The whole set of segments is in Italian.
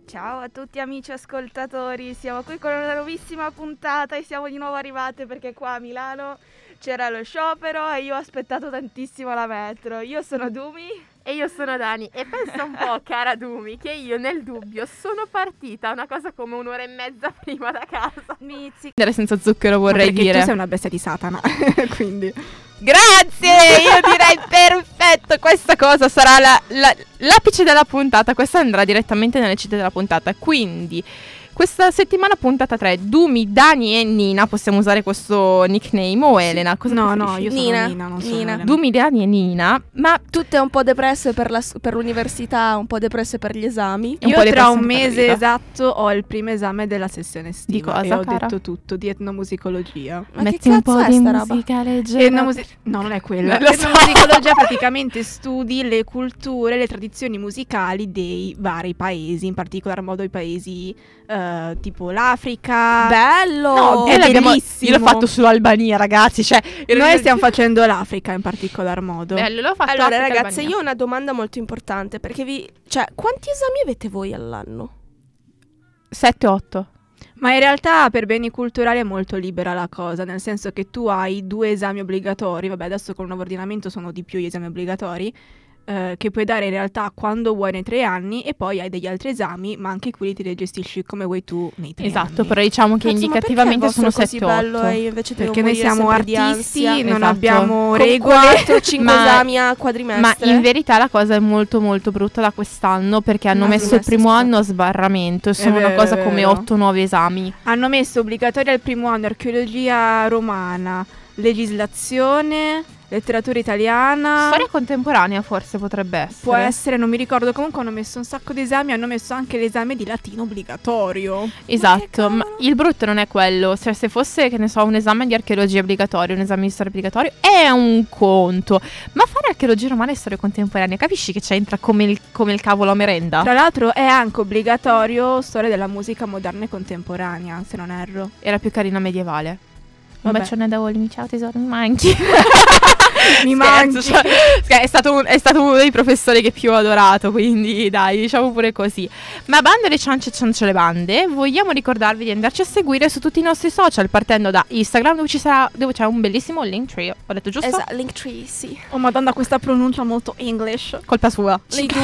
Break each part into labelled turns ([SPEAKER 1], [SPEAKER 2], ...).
[SPEAKER 1] Ciao a tutti amici ascoltatori, siamo qui con una nuovissima puntata e siamo di nuovo arrivate perché qua a Milano c'era lo sciopero e io ho aspettato tantissimo la metro. Io sono Dumi.
[SPEAKER 2] E io sono Dani e pensa un po', cara Dumi, che io nel dubbio sono partita una cosa come un'ora e mezza prima da casa.
[SPEAKER 1] Mizi.
[SPEAKER 3] Senza zucchero vorrei
[SPEAKER 4] perché
[SPEAKER 3] dire.
[SPEAKER 4] tu sei una bestia di Satana, quindi...
[SPEAKER 3] Grazie, io direi perfetto. Questa cosa sarà l'apice della puntata. Questa andrà direttamente nelle città della puntata. Quindi questa settimana puntata 3, Dumi, Dani e Nina. Possiamo usare questo nickname o Elena? Cosa
[SPEAKER 4] No,
[SPEAKER 3] preferisci?
[SPEAKER 4] io sono
[SPEAKER 1] Nina.
[SPEAKER 4] Nina, non sono
[SPEAKER 1] Nina.
[SPEAKER 4] Elena.
[SPEAKER 3] Dumi, Dani e Nina. Ma
[SPEAKER 1] Tutte un po' depresse per l'università, un po' depresse per gli esami.
[SPEAKER 3] un
[SPEAKER 4] Io
[SPEAKER 3] po' di
[SPEAKER 4] tra un
[SPEAKER 3] passione per la
[SPEAKER 4] mese
[SPEAKER 3] vita.
[SPEAKER 4] esatto ho il primo esame della sessione estiva.
[SPEAKER 3] Di cosa,
[SPEAKER 4] e ho
[SPEAKER 3] cara?
[SPEAKER 4] detto tutto, di etnomusicologia.
[SPEAKER 1] Ma
[SPEAKER 3] metti
[SPEAKER 1] che
[SPEAKER 3] un
[SPEAKER 1] cazzo
[SPEAKER 3] po'
[SPEAKER 1] è
[SPEAKER 3] di
[SPEAKER 1] sta roba?
[SPEAKER 3] musica leggera.
[SPEAKER 4] No, non è quella.
[SPEAKER 3] Lo so.
[SPEAKER 4] L'etnomusicologia praticamente studi le culture, le tradizioni musicali dei vari paesi, in particolar modo i paesi tipo l'Africa.
[SPEAKER 1] Bello!
[SPEAKER 4] No,
[SPEAKER 3] E
[SPEAKER 4] è
[SPEAKER 3] l'abbiamo-
[SPEAKER 4] bellissimo.
[SPEAKER 3] Io l'ho fatto sull'Albania, ragazzi. Cioè,
[SPEAKER 4] Noi stiamo facendo l'Africa in particolar modo.
[SPEAKER 3] Bello, l'ho fatto.
[SPEAKER 1] Allora
[SPEAKER 3] Africa,
[SPEAKER 1] ragazze,
[SPEAKER 3] Albania.
[SPEAKER 1] io ho una domanda molto importante perché quanti esami avete voi all'anno?
[SPEAKER 3] 7-8.
[SPEAKER 4] Ma in realtà per beni culturali è molto libera la cosa, nel senso che tu hai 2 esami obbligatori, vabbè adesso con il nuovo ordinamento sono di più gli esami obbligatori, che puoi dare in realtà quando vuoi nei 3 anni e poi hai degli altri esami, ma anche quelli te li gestisci come vuoi tu nei 3
[SPEAKER 3] Esatto,
[SPEAKER 4] anni.
[SPEAKER 3] però diciamo che
[SPEAKER 1] Cazzo,
[SPEAKER 3] indicativamente
[SPEAKER 1] ma
[SPEAKER 3] sono
[SPEAKER 1] perché il vostro è così bello
[SPEAKER 3] 7-8.
[SPEAKER 1] e io invece devo
[SPEAKER 4] Perché noi
[SPEAKER 1] morire
[SPEAKER 4] siamo
[SPEAKER 1] sempre di
[SPEAKER 4] artisti,
[SPEAKER 1] ansia.
[SPEAKER 4] non
[SPEAKER 3] Esatto.
[SPEAKER 4] abbiamo
[SPEAKER 1] Con
[SPEAKER 4] regole.
[SPEAKER 1] 4-5
[SPEAKER 3] Ma-
[SPEAKER 1] esami a
[SPEAKER 3] Ma
[SPEAKER 1] quadrimestre.
[SPEAKER 3] in verità la cosa è molto molto brutta da quest'anno perché hanno
[SPEAKER 1] Ma
[SPEAKER 3] messo il
[SPEAKER 1] quadrimestre,
[SPEAKER 3] primo
[SPEAKER 1] scusa.
[SPEAKER 3] anno a sbarramento e sono una
[SPEAKER 4] vero,
[SPEAKER 3] cosa
[SPEAKER 4] è
[SPEAKER 3] come
[SPEAKER 4] vero.
[SPEAKER 3] 8-9 esami.
[SPEAKER 4] Hanno messo obbligatoria al primo anno archeologia romana, legislazione, letteratura italiana.
[SPEAKER 3] Storia contemporanea forse potrebbe essere.
[SPEAKER 4] Può essere, non mi ricordo, comunque hanno messo un sacco di esami, hanno messo anche l'esame di latino obbligatorio.
[SPEAKER 3] Esatto, ma
[SPEAKER 1] cavolo?
[SPEAKER 3] il brutto non è quello, cioè se fosse che ne so un esame di archeologia obbligatorio, un esame di storia obbligatorio è un conto, ma fare archeologia romana e storia contemporanea capisci che c'entra come il cavolo a merenda?
[SPEAKER 4] Tra l'altro è anche obbligatorio storia della musica moderna e contemporanea, se non erro.
[SPEAKER 3] Era più carina medievale. Un
[SPEAKER 4] Vabbè.
[SPEAKER 3] bacione da Olmi, ciao tesoro, mi manchi.
[SPEAKER 4] Mi
[SPEAKER 3] Scherzo,
[SPEAKER 4] manchi.
[SPEAKER 3] cioè, è stato uno dei professori che più ho adorato, quindi dai, diciamo pure così. Ma bando le ciance e ciance le bande, vogliamo ricordarvi di andarci a seguire su tutti i nostri social, partendo da Instagram dove c'è un bellissimo link tree. Ho detto giusto?
[SPEAKER 1] Esatto, Linktree, sì.
[SPEAKER 4] Oh madonna, questa pronuncia molto English.
[SPEAKER 3] Colpa sua.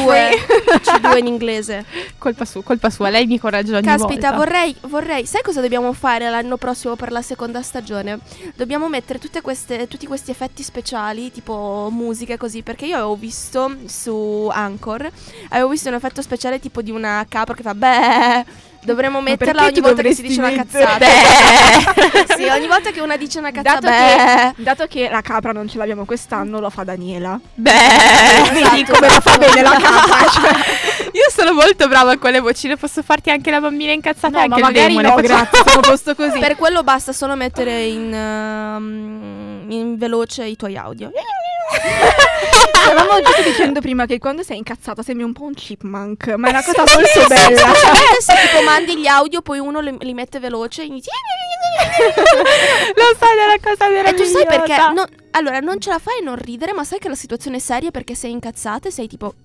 [SPEAKER 1] C2 in inglese.
[SPEAKER 3] Colpa sua, lei mi corregge ogni
[SPEAKER 1] Caspita,
[SPEAKER 3] volta.
[SPEAKER 1] vorrei. Sai cosa dobbiamo fare l'anno prossimo per la seconda stagione? Dobbiamo mettere tutti questi effetti speciali, tipo musica così, perché io avevo visto su Anchor, avevo visto un effetto speciale tipo di una capra che fa beh. Dovremmo metterla
[SPEAKER 4] perché
[SPEAKER 1] ogni
[SPEAKER 4] tu
[SPEAKER 1] volta che si
[SPEAKER 4] dovresti
[SPEAKER 1] dice una
[SPEAKER 4] mettere-
[SPEAKER 1] cazzata. Sì, ogni volta che una dice una cazzata,
[SPEAKER 4] Dato che la capra non ce l'abbiamo quest'anno, lo fa Daniela.
[SPEAKER 3] Beh,
[SPEAKER 4] Vedi come la fa bene la capra. Cioè.
[SPEAKER 3] io sono molto brava con le vocine, posso farti anche la bambina incazzata e
[SPEAKER 4] No,
[SPEAKER 3] anche
[SPEAKER 4] ma
[SPEAKER 3] il
[SPEAKER 4] magari
[SPEAKER 3] demone.
[SPEAKER 4] no,
[SPEAKER 3] Facciamo-
[SPEAKER 4] grazie, sono a posto così.
[SPEAKER 1] Per quello basta solo mettere in veloce i tuoi audio.
[SPEAKER 4] Stavamo giusto dicendo prima che quando sei incazzata sembri un po' un chipmunk, ma è una cosa molto bella.
[SPEAKER 1] Specialmente se tipo mandi gli audio, poi uno li mette veloce e inizi.
[SPEAKER 3] Lo sai della cosa
[SPEAKER 1] E tu
[SPEAKER 3] meravigliosa.
[SPEAKER 1] sai perché? Allora, non ce la fai a non ridere, ma sai che la situazione è seria perché sei incazzata e sei tipo.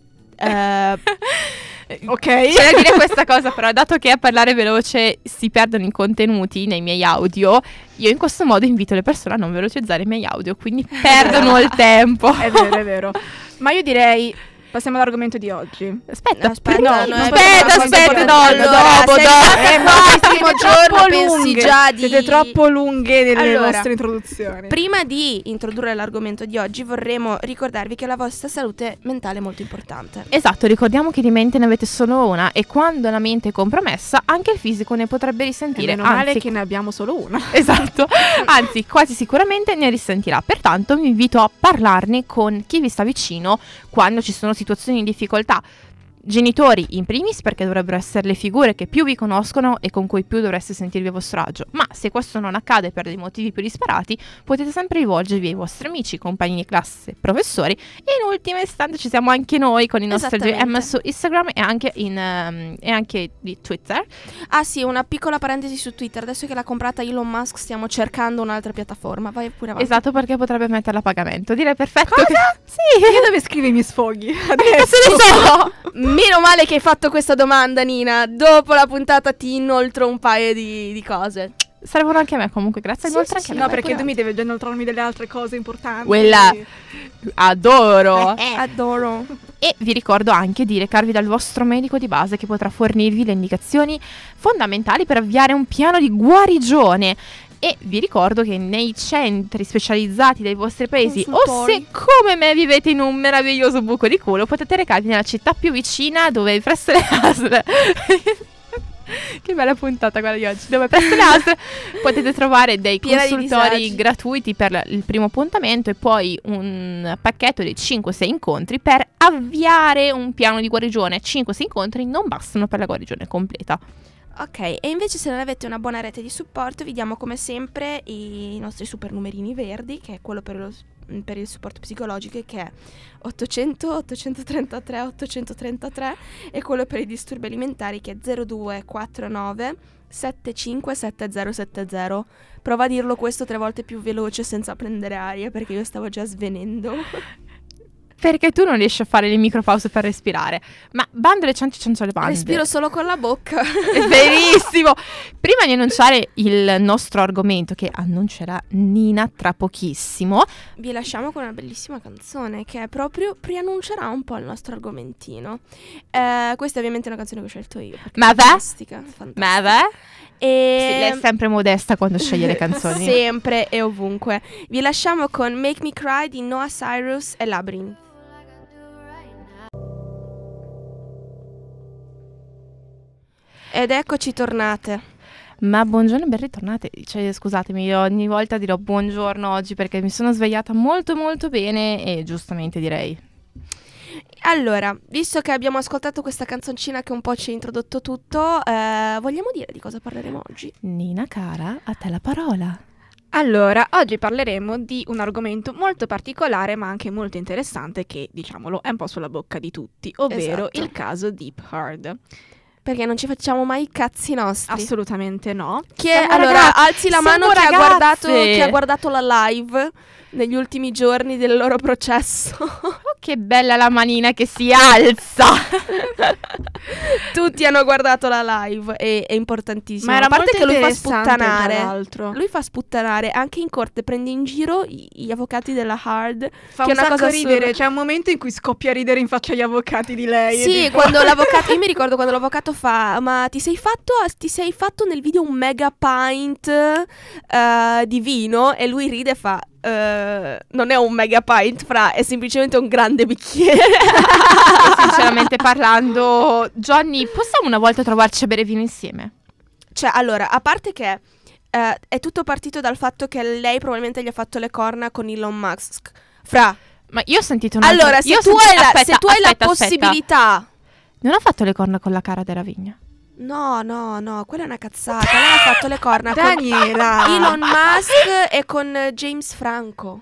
[SPEAKER 4] Ok.
[SPEAKER 3] C'è da dire questa cosa, però, dato che a parlare veloce si perdono i contenuti nei miei audio, io in questo modo invito le persone a non velocizzare i miei audio, quindi perdono il tempo.
[SPEAKER 4] È vero, è vero. Ma io direi passiamo all'argomento di oggi.
[SPEAKER 3] Aspetta,
[SPEAKER 1] Aspetta,
[SPEAKER 4] no,
[SPEAKER 1] no,
[SPEAKER 3] aspetta,
[SPEAKER 1] allora, sei
[SPEAKER 3] dopo.
[SPEAKER 1] il primo giorno pensi già di.
[SPEAKER 4] Siete troppo lunghe nelle
[SPEAKER 1] Allora,
[SPEAKER 4] vostre introduzioni.
[SPEAKER 1] Prima di introdurre l'argomento di oggi vorremmo ricordarvi che la vostra salute mentale è molto importante.
[SPEAKER 3] Esatto, ricordiamo che di mente ne avete solo una e quando la mente è compromessa anche il fisico ne potrebbe risentire.
[SPEAKER 4] Meno male
[SPEAKER 3] Anzi,
[SPEAKER 4] che ne abbiamo solo una.
[SPEAKER 3] esatto, anzi quasi sicuramente ne risentirà. Pertanto vi invito a parlarne con chi vi sta vicino quando ci sono situazioni di difficoltà. Genitori in primis, perché dovrebbero essere le figure che più vi conoscono e con cui più dovreste sentirvi a vostro agio, ma se questo non accade per dei motivi più disparati potete sempre rivolgervi ai vostri amici, compagni di classe, professori e in ultima istanza ci siamo anche noi con i nostri
[SPEAKER 1] Esattamente.
[SPEAKER 3] DM su Instagram e anche di Twitter.
[SPEAKER 1] Ah sì, una piccola parentesi su Twitter. Adesso che l'ha comprata Elon Musk stiamo cercando un'altra piattaforma. Vai pure avanti.
[SPEAKER 3] Esatto, perché potrebbe metterla a pagamento. Direi perfetto.
[SPEAKER 4] Cosa?
[SPEAKER 3] Sì.
[SPEAKER 4] Io dove scrivo i miei sfoghi?
[SPEAKER 3] Adesso ne so.
[SPEAKER 1] Meno male che hai fatto questa domanda, Nina. Dopo la puntata ti inoltro un paio di cose.
[SPEAKER 3] Servono anche a me comunque, grazie.
[SPEAKER 1] Sì,
[SPEAKER 3] inoltre
[SPEAKER 1] sì,
[SPEAKER 3] anche
[SPEAKER 1] sì,
[SPEAKER 3] a
[SPEAKER 4] No,
[SPEAKER 3] me.
[SPEAKER 4] perché tu mi devi già inoltrarmi delle altre cose importanti.
[SPEAKER 3] Quella adoro.
[SPEAKER 1] Adoro.
[SPEAKER 3] E vi ricordo anche di recarvi dal vostro medico di base, che potrà fornirvi le indicazioni fondamentali per avviare un piano di guarigione. E vi ricordo che nei centri specializzati dei vostri paesi, o
[SPEAKER 1] Consultori.
[SPEAKER 3] se come me vivete in un meraviglioso buco di culo, potete recarvi nella città più vicina, dove presso le ASL che bella puntata quella di oggi, dove presso le ASL potete trovare dei
[SPEAKER 1] Piena di
[SPEAKER 3] consultori
[SPEAKER 1] disagi.
[SPEAKER 3] gratuiti per il primo appuntamento, e poi un pacchetto di 5-6 incontri per avviare un piano di guarigione. 5-6 incontri non bastano per la guarigione completa.
[SPEAKER 1] Ok, e invece se non avete una buona rete di supporto, vi diamo come sempre i nostri super numerini verdi, che è quello per il supporto psicologico, che è 800 833 833, e quello per i disturbi alimentari, che è 0249 757070. Prova a dirlo questo 3 volte più veloce senza prendere aria, perché io stavo già svenendo.
[SPEAKER 3] Perché tu non riesci a fare le micropause per respirare. Ma bando le ciance le bande.
[SPEAKER 1] Respiro solo con la bocca.
[SPEAKER 3] È verissimo. Prima di annunciare il nostro argomento, che annuncerà Nina tra pochissimo,
[SPEAKER 1] Vi lasciamo con una bellissima canzone che è proprio preannuncerà un po' il nostro argomentino. Questa è ovviamente una canzone che ho scelto io. perché
[SPEAKER 3] Ma
[SPEAKER 1] è
[SPEAKER 3] va?
[SPEAKER 1] fantastica, fantastica.
[SPEAKER 3] ma va? Sì,
[SPEAKER 1] E
[SPEAKER 3] lei è sempre modesta quando sceglie le canzoni.
[SPEAKER 1] sempre e ovunque. Vi lasciamo con Make Me Cry di Noah Cyrus e Labyrinth. Ed eccoci tornate.
[SPEAKER 3] Ma buongiorno e ben ritornate. Cioè, scusatemi, io ogni volta dirò buongiorno oggi perché mi sono svegliata molto molto bene, e giustamente direi.
[SPEAKER 1] Allora, visto che abbiamo ascoltato questa canzoncina che un po' ci ha introdotto tutto, vogliamo dire di cosa parleremo oggi?
[SPEAKER 3] Nina cara, a te la parola.
[SPEAKER 4] Allora, oggi parleremo di un argomento molto particolare ma anche molto interessante che, diciamolo, è un po' sulla bocca di tutti, ovvero
[SPEAKER 1] Esatto.
[SPEAKER 4] il caso Deep Hard.
[SPEAKER 1] Perché non ci facciamo mai i cazzi nostri.
[SPEAKER 4] Assolutamente no.
[SPEAKER 1] Chi
[SPEAKER 3] Siamo
[SPEAKER 1] allora,
[SPEAKER 3] ragazzi,
[SPEAKER 1] alzi la mano
[SPEAKER 3] siamo
[SPEAKER 1] chi
[SPEAKER 3] ragazze.
[SPEAKER 1] ha guardato la live negli ultimi giorni del loro processo.
[SPEAKER 3] Oh, che bella la manina che si alza.
[SPEAKER 1] Tutti hanno guardato la live, è importantissimo.
[SPEAKER 4] Ma era
[SPEAKER 1] a parte
[SPEAKER 4] molto
[SPEAKER 1] che lui fa
[SPEAKER 4] interessante, tra
[SPEAKER 1] sputtanare.
[SPEAKER 4] l'altro.
[SPEAKER 1] Lui fa sputtanare anche in corte, prende in giro gli avvocati della Hard.
[SPEAKER 4] Fa
[SPEAKER 1] che
[SPEAKER 4] un
[SPEAKER 1] è una
[SPEAKER 4] sacco
[SPEAKER 1] cosa
[SPEAKER 4] ridere,
[SPEAKER 1] assurda.
[SPEAKER 4] c'è un momento in cui scoppia a ridere in faccia agli avvocati di lei. e
[SPEAKER 1] Sì,
[SPEAKER 4] tipo-
[SPEAKER 1] quando l'avvocato, io mi ricordo quando l'avvocato fa: ma ti sei fatto nel video un mega pint di vino? E lui ride e fa: non è un mega pint, fra, è semplicemente un grande bicchiere.
[SPEAKER 3] E sinceramente parlando, Johnny, possiamo una volta trovarci a bere vino insieme?
[SPEAKER 1] Cioè, allora, a parte che è tutto partito dal fatto che lei probabilmente gli ha fatto le corna con Elon Musk. Fra,
[SPEAKER 3] Ma io ho sentito un altro...
[SPEAKER 1] allora, se
[SPEAKER 3] io ho
[SPEAKER 1] tu
[SPEAKER 3] sentito-
[SPEAKER 1] hai la,
[SPEAKER 3] aspetta,
[SPEAKER 1] se tu hai la
[SPEAKER 3] aspetta,
[SPEAKER 1] possibilità...
[SPEAKER 3] Non ha fatto le corna con la cara della vigna?
[SPEAKER 1] No, quella è una cazzata. Lei ha fatto le corna con
[SPEAKER 4] Daniela!
[SPEAKER 1] Elon Musk e con James Franco.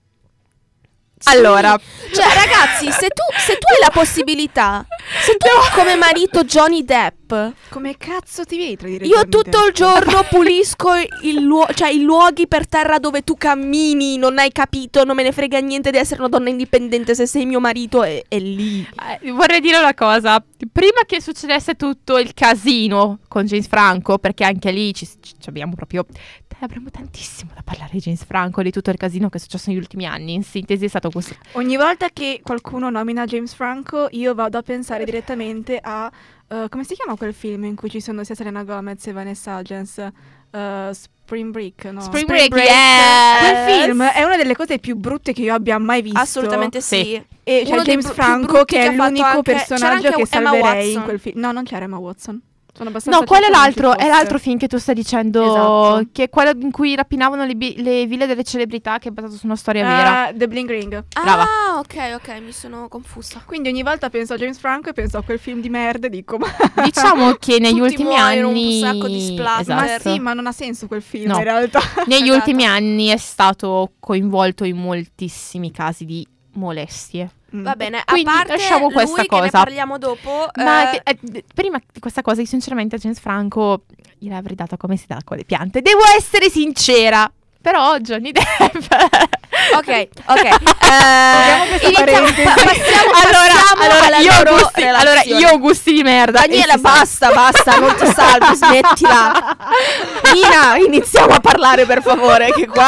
[SPEAKER 1] Sì.
[SPEAKER 3] Allora,
[SPEAKER 1] Cioè, ragazzi, se tu hai la possibilità, se tu hai come marito Johnny Depp,
[SPEAKER 4] Come cazzo ti vedi tradire
[SPEAKER 1] io
[SPEAKER 4] Johnny
[SPEAKER 1] tutto il
[SPEAKER 4] Depp?
[SPEAKER 1] giorno pulisco i luoghi per terra dove tu cammini, non hai capito, non me ne frega niente di essere una donna indipendente, se sei mio marito è lì.
[SPEAKER 3] vorrei dire una cosa. Prima che succedesse tutto il casino con James Franco, perché anche lì ci abbiamo proprio... Avremo tantissimo da parlare di James Franco e di tutto il casino che è successo negli ultimi anni. In sintesi è stato questo.
[SPEAKER 4] Ogni volta che qualcuno nomina James Franco, io vado a pensare direttamente a... come si chiama quel film in cui ci sono sia Selena Gomez e Vanessa Hudgens? Spring Break, no?
[SPEAKER 3] Spring
[SPEAKER 1] Break,
[SPEAKER 3] Break,
[SPEAKER 4] Quel
[SPEAKER 3] yes!
[SPEAKER 4] film è una delle cose più brutte che io abbia mai visto.
[SPEAKER 1] Assolutamente sì.
[SPEAKER 3] Sì.
[SPEAKER 4] E c'è
[SPEAKER 1] Uno dei
[SPEAKER 4] James
[SPEAKER 1] più
[SPEAKER 4] Franco
[SPEAKER 1] brutti
[SPEAKER 4] che è
[SPEAKER 1] ha fatto
[SPEAKER 4] l'unico
[SPEAKER 1] anche-
[SPEAKER 4] personaggio
[SPEAKER 1] c'era anche
[SPEAKER 4] che
[SPEAKER 1] Emma
[SPEAKER 4] salverei
[SPEAKER 1] Watson.
[SPEAKER 4] in quel film. No, non c'era Emma Watson. Sono abbastanza
[SPEAKER 3] No, quello è
[SPEAKER 4] certa che
[SPEAKER 3] l'altro,
[SPEAKER 4] non ci
[SPEAKER 3] è
[SPEAKER 4] fosse.
[SPEAKER 3] l'altro film che tu stai dicendo,
[SPEAKER 4] Esatto.
[SPEAKER 3] che è quello in cui rapinavano le ville delle celebrità, che è basato su una storia vera.
[SPEAKER 4] The Bling Ring.
[SPEAKER 3] Brava.
[SPEAKER 1] Ah, ok, mi sono confusa.
[SPEAKER 4] Quindi ogni volta penso a James Franco e penso a quel film di merda e dico ma...
[SPEAKER 3] Diciamo che negli
[SPEAKER 1] Tutti
[SPEAKER 3] ultimi
[SPEAKER 1] muoiono,
[SPEAKER 3] anni...
[SPEAKER 1] un sacco di splatter.
[SPEAKER 4] Ma
[SPEAKER 3] Esatto.
[SPEAKER 4] sì, ma non ha senso quel film
[SPEAKER 3] No.
[SPEAKER 4] in realtà.
[SPEAKER 3] Negli
[SPEAKER 1] Esatto.
[SPEAKER 3] ultimi anni è stato coinvolto in moltissimi casi di molestie.
[SPEAKER 1] Va bene,
[SPEAKER 3] Quindi
[SPEAKER 1] a parte
[SPEAKER 3] lasciamo
[SPEAKER 1] lui
[SPEAKER 3] questa
[SPEAKER 1] che ne
[SPEAKER 3] cosa.
[SPEAKER 1] parliamo dopo.
[SPEAKER 3] Ma prima di questa cosa, io sinceramente a James Franco gliela avrei data come si dà con le piante. Devo essere sincera. Però Johnny Depp...
[SPEAKER 1] Ok.
[SPEAKER 4] questa
[SPEAKER 1] Iniziamo,
[SPEAKER 4] parentesi.
[SPEAKER 1] passiamo alla loro relazione.
[SPEAKER 3] io ho gusti di merda.
[SPEAKER 1] Daniela, basta, non ti salvi, smettila. Nina, iniziamo a parlare per favore, che qua...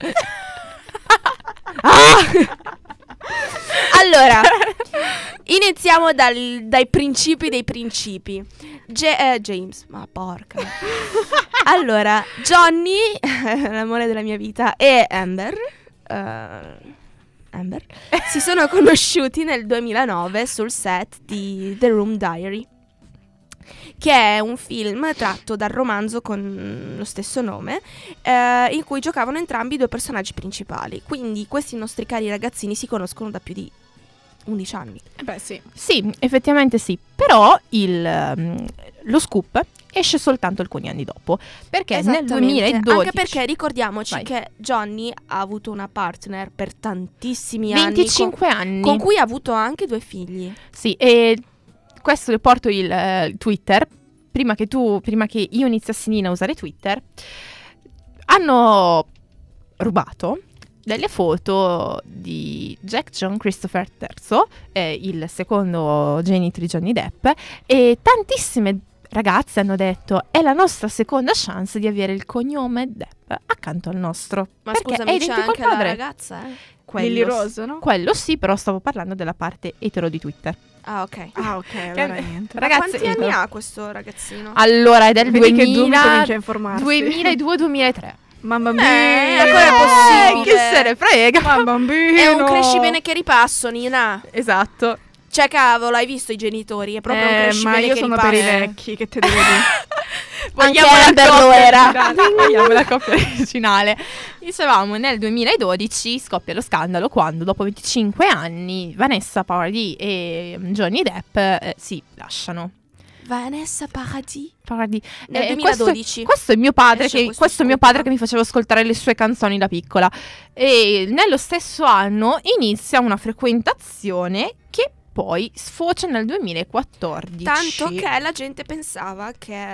[SPEAKER 1] Allora, iniziamo dai principi dei principi. James, ma porca. Allora, Johnny, l'amore della mia vita, e Amber si sono conosciuti nel 2009 sul set di The Room Diary, che è un film tratto dal romanzo con lo stesso nome, in cui giocavano entrambi i due personaggi principali. Quindi questi nostri cari ragazzini si conoscono da più di 11 anni.
[SPEAKER 4] Beh, sì.
[SPEAKER 3] Sì, effettivamente sì. Però lo scoop esce soltanto alcuni anni dopo. Perché nel 2012...
[SPEAKER 1] Anche perché ricordiamoci che Johnny ha avuto una partner per tantissimi
[SPEAKER 3] 25 anni.
[SPEAKER 1] Con cui ha avuto anche 2 figli.
[SPEAKER 3] Sì, e questo le porto il Twitter. Prima che io iniziassi, Nina, a usare Twitter, hanno rubato delle foto di Jack John Christopher III, il secondo genito di Johnny Depp, e tantissime ragazze hanno detto: è la nostra seconda chance di avere il cognome Depp accanto al nostro.
[SPEAKER 1] Ma
[SPEAKER 3] perché
[SPEAKER 1] scusami,
[SPEAKER 3] è
[SPEAKER 1] c'è
[SPEAKER 3] identico
[SPEAKER 1] anche
[SPEAKER 3] al padre.
[SPEAKER 1] la ragazza,
[SPEAKER 4] Lily Rose, no?
[SPEAKER 3] Quello sì, però stavo parlando della parte etero di Twitter.
[SPEAKER 1] Ah, ok.
[SPEAKER 4] Allora niente.
[SPEAKER 1] Ma
[SPEAKER 3] Ragazzi,
[SPEAKER 1] quanti anni ha questo ragazzino?
[SPEAKER 3] Allora, è del
[SPEAKER 4] Vedi che Dumi
[SPEAKER 3] 2000,
[SPEAKER 4] comincia a informarsi.
[SPEAKER 3] 2002-2003.
[SPEAKER 4] Mamma mia.
[SPEAKER 1] ancora è possibile.
[SPEAKER 3] Che se ne frega.
[SPEAKER 4] Ma bambino.
[SPEAKER 1] È un cresci bene che ripasso, Nina.
[SPEAKER 3] Esatto.
[SPEAKER 1] Cioè, cavolo, hai visto i genitori? È proprio un cresci
[SPEAKER 4] ma
[SPEAKER 1] bene
[SPEAKER 4] io
[SPEAKER 1] che
[SPEAKER 4] sono
[SPEAKER 1] ripasso.
[SPEAKER 4] per i vecchi, che te devo dire?
[SPEAKER 1] Anche Amber lo era.
[SPEAKER 3] Vogliamo la coppia originale. Dicevamo, nel 2012 scoppia lo scandalo quando, dopo 25 anni, Vanessa Paradis e Johnny Depp si lasciano.
[SPEAKER 1] Vanessa Paradis?
[SPEAKER 3] Nel
[SPEAKER 1] 2012.
[SPEAKER 3] Questo è mio padre,
[SPEAKER 1] Esce
[SPEAKER 3] questo è mio padre che mi faceva ascoltare le sue canzoni da piccola. E nello stesso anno inizia una frequentazione che poi sfocia nel 2014.
[SPEAKER 1] Tanto che la gente pensava che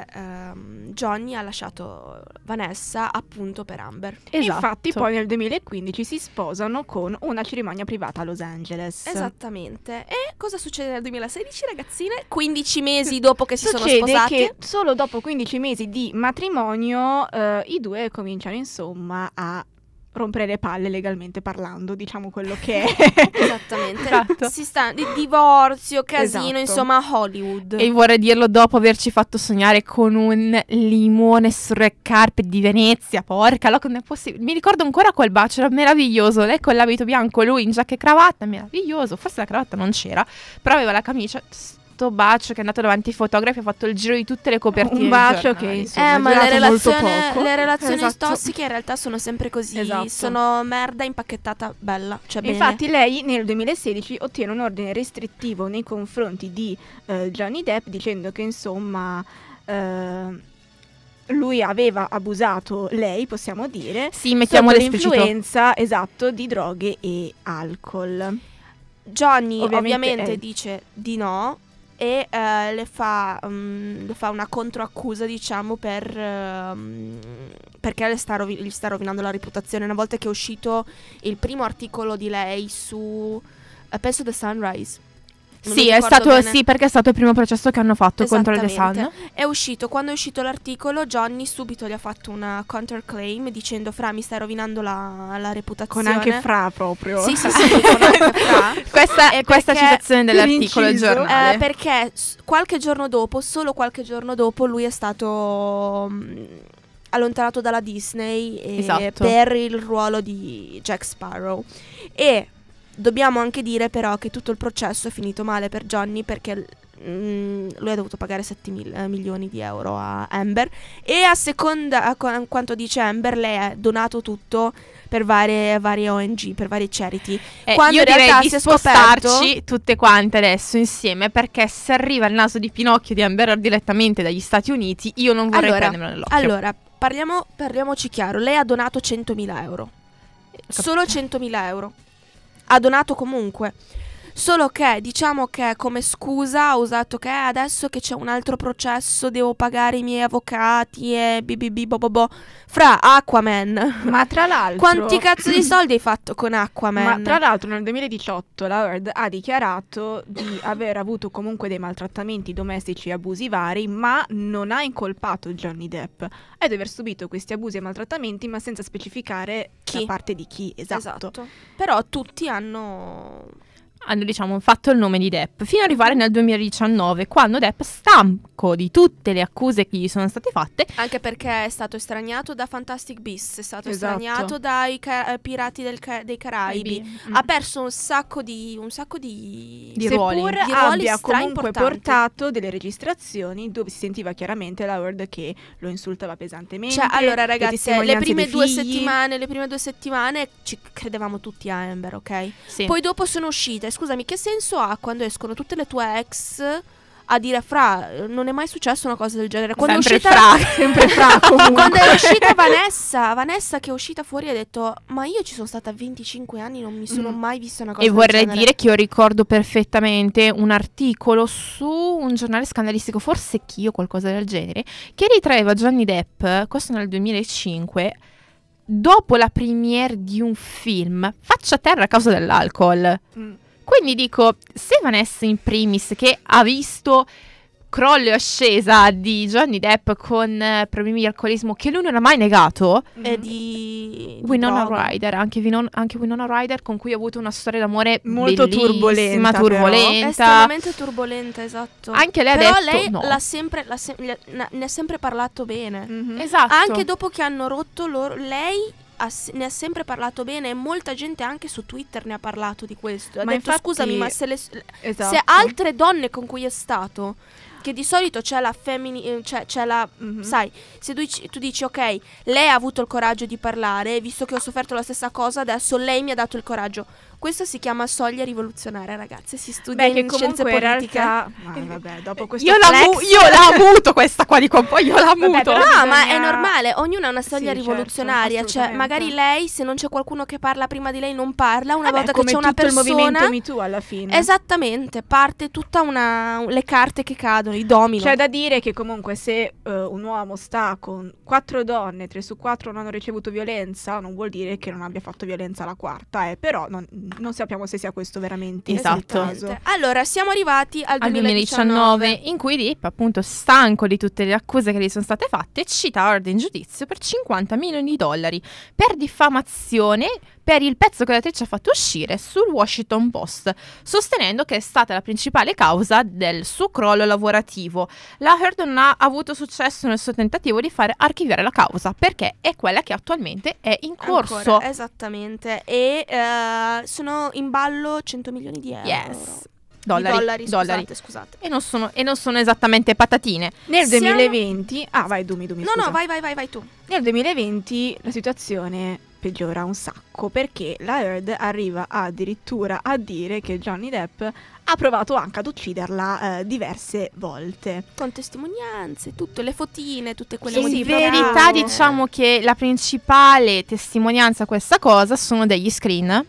[SPEAKER 1] Johnny ha lasciato Vanessa appunto per Amber.
[SPEAKER 3] Esatto.
[SPEAKER 4] Infatti poi nel 2015 si sposano con una cerimonia privata a Los Angeles.
[SPEAKER 1] Esattamente. E cosa succede nel 2016, ragazzine? 15 mesi dopo che si sono
[SPEAKER 4] Succede
[SPEAKER 1] sposate.
[SPEAKER 4] che solo dopo 15 mesi di matrimonio i due cominciano insomma a rompere le palle legalmente parlando, diciamo quello che è.
[SPEAKER 1] Esattamente.
[SPEAKER 3] Esatto.
[SPEAKER 1] Si sta di divorzio, casino,
[SPEAKER 4] Esatto.
[SPEAKER 1] insomma, Hollywood.
[SPEAKER 3] E vorrei dirlo dopo averci fatto sognare con un limone sul red carpet di Venezia. Porca, allora com'è possibile? Mi ricordo ancora quel bacio, era meraviglioso. Lei con l'abito bianco, lui in giacca e cravatta, meraviglioso. Forse la cravatta non c'era, però aveva la camicia. Sto bacio che è andato davanti ai fotografi, ha fatto il giro di tutte le copertine.
[SPEAKER 4] Un bacio
[SPEAKER 3] dei
[SPEAKER 4] che
[SPEAKER 3] giornali.
[SPEAKER 4] insomma
[SPEAKER 1] Ma
[SPEAKER 4] è durato molto poco.
[SPEAKER 1] le relazioni
[SPEAKER 4] Esatto.
[SPEAKER 1] tossiche in realtà sono sempre così.
[SPEAKER 4] Esatto.
[SPEAKER 1] Sono merda impacchettata bella. Cioè bene.
[SPEAKER 4] Infatti lei nel 2016 ottiene un ordine restrittivo nei confronti di Johnny Depp dicendo che insomma lui aveva abusato lei, possiamo dire,
[SPEAKER 3] Sì, mettiamo
[SPEAKER 4] sotto
[SPEAKER 3] l'esplicito.
[SPEAKER 4] l'influenza, esatto, di droghe e alcol.
[SPEAKER 1] Johnny
[SPEAKER 4] Ovviamente
[SPEAKER 1] ovviamente dice di no e le fa una controaccusa, diciamo, perché gli sta rovinando la reputazione. Una volta che è uscito il primo articolo di lei su penso The Sunrise. Non mi
[SPEAKER 3] Sì, è
[SPEAKER 1] ricordo
[SPEAKER 3] stato
[SPEAKER 1] bene.
[SPEAKER 3] sì, perché è stato il primo processo che hanno fatto contro il The Sun.
[SPEAKER 1] Esattamente. È uscito, quando è uscito l'articolo, Johnny subito gli ha fatto una counterclaim dicendo: Fra, mi stai rovinando la reputazione.
[SPEAKER 4] Con anche Fra proprio.
[SPEAKER 1] Sì, con anche Fra.
[SPEAKER 3] Questa
[SPEAKER 1] E
[SPEAKER 3] questa
[SPEAKER 1] perché-
[SPEAKER 3] citazione dell'articolo del
[SPEAKER 4] Inciso.
[SPEAKER 3] giornale.
[SPEAKER 1] Perché qualche giorno dopo, solo qualche giorno dopo, lui è stato allontanato dalla Disney
[SPEAKER 3] Esatto.
[SPEAKER 1] per il ruolo di Jack Sparrow. E dobbiamo anche dire però che tutto il processo è finito male per Johnny, perché lui ha dovuto pagare 7 milioni di euro a Amber, e a quanto dice Amber, lei ha donato tutto per varie ONG, per varie charity. Quando
[SPEAKER 3] Io
[SPEAKER 1] in realtà
[SPEAKER 3] direi di
[SPEAKER 1] si è scoperto-
[SPEAKER 3] spostarci tutte quante adesso insieme, perché se arriva il naso di Pinocchio di Amber Heard direttamente dagli Stati Uniti, io non vorrei prendermelo nell'occhio.
[SPEAKER 1] Allora, parliamoci chiaro. Lei ha donato 100.000 euro. Solo 100.000 euro. Ha donato comunque. Solo che diciamo che come scusa ha usato che adesso che c'è un altro processo devo pagare i miei avvocati e boh. Fra Aquaman.
[SPEAKER 4] Ma tra l'altro,
[SPEAKER 1] Quanti cazzo di soldi hai fatto con Aquaman?
[SPEAKER 4] ma tra l'altro nel 2018 la Heard ha dichiarato di aver avuto comunque dei maltrattamenti domestici e abusi vari, ma non ha incolpato Johnny Depp di aver subito questi abusi e maltrattamenti, ma senza specificare
[SPEAKER 1] Chi?
[SPEAKER 4] da parte di chi. Esatto.
[SPEAKER 1] Però tutti hanno
[SPEAKER 3] Hanno, diciamo, fatto il nome di Depp, fino ad arrivare nel 2019, quando Depp, stanco di tutte le accuse che gli sono state fatte,
[SPEAKER 1] anche perché è stato estraniato da Fantastic Beasts, è stato
[SPEAKER 4] Esatto.
[SPEAKER 1] estraniato dai Pirati dei Caraibi. Ha perso un sacco di
[SPEAKER 3] Di ruoli.
[SPEAKER 4] Seppur
[SPEAKER 1] Di ruoli
[SPEAKER 4] abbia comunque
[SPEAKER 1] stra-importanti.
[SPEAKER 4] portato delle registrazioni dove si sentiva chiaramente la Heard che lo insultava pesantemente.
[SPEAKER 1] Cioè, allora
[SPEAKER 4] le
[SPEAKER 1] ragazze,
[SPEAKER 4] testimonianze
[SPEAKER 1] le prime
[SPEAKER 4] dei
[SPEAKER 1] due
[SPEAKER 4] figli.
[SPEAKER 1] settimane ci credevamo tutti a Amber, ok?
[SPEAKER 3] sì.
[SPEAKER 1] Poi dopo sono uscite. Scusami, che senso ha quando escono tutte le tue ex a dire fra, non è mai successo una cosa del genere? Quando
[SPEAKER 3] sempre
[SPEAKER 1] è uscita
[SPEAKER 4] Sempre fra comunque.
[SPEAKER 1] quando è uscita Vanessa che è uscita fuori ha detto "Ma io ci sono stata 25 anni, non mi sono mai vista una cosa
[SPEAKER 3] E
[SPEAKER 1] del
[SPEAKER 3] vorrei
[SPEAKER 1] genere".
[SPEAKER 3] dire che io ricordo perfettamente un articolo su un giornale scandalistico, forse Chi o qualcosa del genere, che ritraeva Johnny Depp, questo nel 2005, dopo la premiere di un film, faccia a terra a causa dell'alcol.
[SPEAKER 4] Mm.
[SPEAKER 3] Quindi dico, se Vanessa in primis, che ha visto crollo e ascesa di Johnny Depp con problemi di alcolismo che lui non ha mai negato,
[SPEAKER 1] E di
[SPEAKER 3] Winona
[SPEAKER 1] droga.
[SPEAKER 3] Ryder, anche Winona Ryder, con cui ha avuto una storia d'amore
[SPEAKER 4] Molto
[SPEAKER 3] bellissima,
[SPEAKER 4] turbolenta, però.
[SPEAKER 1] È estremamente turbolenta, esatto.
[SPEAKER 3] Anche lei ha
[SPEAKER 1] Però
[SPEAKER 3] detto
[SPEAKER 1] lei
[SPEAKER 3] no.
[SPEAKER 1] ne ha sempre parlato bene.
[SPEAKER 4] Mhm.
[SPEAKER 3] Esatto.
[SPEAKER 1] Anche dopo che hanno rotto loro, lei ne ha sempre parlato bene e molta gente anche su Twitter ne ha parlato di questo. Ha
[SPEAKER 4] Ma
[SPEAKER 1] detto
[SPEAKER 4] infatti-
[SPEAKER 1] scusami, ma se
[SPEAKER 4] Esatto.
[SPEAKER 1] se altre donne con cui è stato, che di solito c'è la c'è la
[SPEAKER 4] Mhm.
[SPEAKER 1] sai, se tu dici ok, lei ha avuto il coraggio di parlare, visto che ho sofferto la stessa cosa, adesso lei mi ha dato il coraggio. Questo si chiama soglia rivoluzionaria, ragazze, si studia
[SPEAKER 4] Beh, che
[SPEAKER 1] in scienze
[SPEAKER 4] comunque in
[SPEAKER 1] politiche.
[SPEAKER 4] realtà vabbè, dopo questo
[SPEAKER 3] io la muto questa qua di qua, poi io la
[SPEAKER 4] Vabbè,
[SPEAKER 3] muto.
[SPEAKER 4] però
[SPEAKER 1] No,
[SPEAKER 4] bisogna-
[SPEAKER 1] ma è normale, ognuno ha una soglia
[SPEAKER 4] Sì, certo,
[SPEAKER 1] rivoluzionaria, cioè
[SPEAKER 4] assolutamente.
[SPEAKER 1] magari lei, se non c'è qualcuno che parla prima di lei, non parla, una
[SPEAKER 4] Vabbè,
[SPEAKER 1] volta che
[SPEAKER 4] come
[SPEAKER 1] c'è una
[SPEAKER 4] tutto il movimento
[SPEAKER 1] persona.
[SPEAKER 4] Me Too alla fine.
[SPEAKER 1] Esattamente, parte tutta le carte che cadono, i domino.
[SPEAKER 4] C'è da dire che comunque se un uomo sta con 4 donne, 3 su 4 non hanno ricevuto violenza, non vuol dire che non abbia fatto violenza alla quarta, però non sappiamo se sia questo veramente
[SPEAKER 3] Esatto.
[SPEAKER 4] il caso.
[SPEAKER 1] Allora, siamo arrivati al
[SPEAKER 3] Al
[SPEAKER 1] 2019.
[SPEAKER 3] 2019, in cui Depp, appunto, stanco di tutte le accuse che gli sono state fatte, cita Heard in giudizio per $50 milioni per diffamazione per il pezzo che l'attrice ha fatto uscire sul Washington Post, sostenendo che è stata la principale causa del suo crollo lavorativo. La Heard non ha avuto successo nel suo tentativo di fare archiviare la causa, perché è quella che attualmente è in corso.
[SPEAKER 1] Ancora, esattamente. E sono in ballo 100 milioni di euro.
[SPEAKER 3] Yes.
[SPEAKER 1] Di
[SPEAKER 3] Dollari.
[SPEAKER 1] Scusate.
[SPEAKER 3] E non sono esattamente patatine.
[SPEAKER 4] Nel
[SPEAKER 1] Siamo-
[SPEAKER 4] 2020... Ah, vai Dumi,
[SPEAKER 1] No,
[SPEAKER 4] scusa.
[SPEAKER 1] vai tu.
[SPEAKER 4] Nel 2020 la situazione peggiora un sacco perché la Heard arriva addirittura a dire che Johnny Depp ha provato anche ad ucciderla diverse volte.
[SPEAKER 1] Con testimonianze, tutte le fotine, tutte quelle
[SPEAKER 3] In
[SPEAKER 1] modificate.
[SPEAKER 3] verità diciamo che la principale testimonianza a questa cosa sono degli screen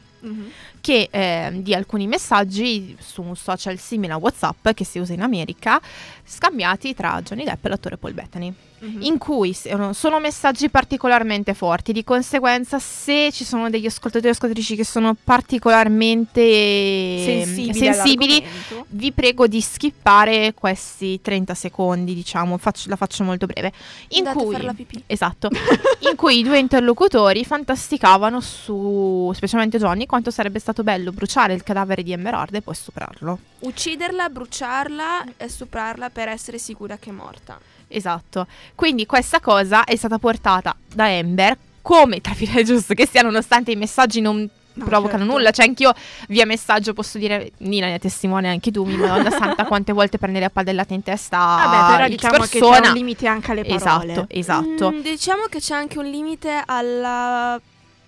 [SPEAKER 3] che di alcuni messaggi su un social simile a WhatsApp che si usa in America, scambiati tra Johnny Depp e l'attore Paul Bettany, in cui sono messaggi particolarmente forti. Di conseguenza, se ci sono degli ascoltatori e ascoltatrici che sono particolarmente sensibili,
[SPEAKER 4] all'argomento.
[SPEAKER 3] vi prego di skippare questi 30 secondi, diciamo, la faccio molto breve, in
[SPEAKER 1] Andate a
[SPEAKER 3] cui
[SPEAKER 1] fare la pipì.
[SPEAKER 3] esatto, in cui i due interlocutori fantasticavano su, specialmente Johnny, quanto sarebbe stato bello bruciare il cadavere di Amber Heard e poi stuprarlo.
[SPEAKER 1] Ucciderla, bruciarla e stuprarla per essere sicura che è morta.
[SPEAKER 3] Esatto. Quindi questa cosa è stata portata da Amber, come tra virgolette giusto che sia, nonostante i messaggi non
[SPEAKER 4] No,
[SPEAKER 3] provocano
[SPEAKER 4] certo.
[SPEAKER 3] nulla. Cioè anch'io via messaggio posso dire, Nina ne è testimone, anche tu, Madonna santa, quante volte prendere a padellate in testa
[SPEAKER 4] Vabbè, però
[SPEAKER 3] X
[SPEAKER 4] diciamo che c'è
[SPEAKER 3] persona.
[SPEAKER 4] un limite anche alle parole.
[SPEAKER 3] Esatto.
[SPEAKER 1] Diciamo che c'è anche un limite alla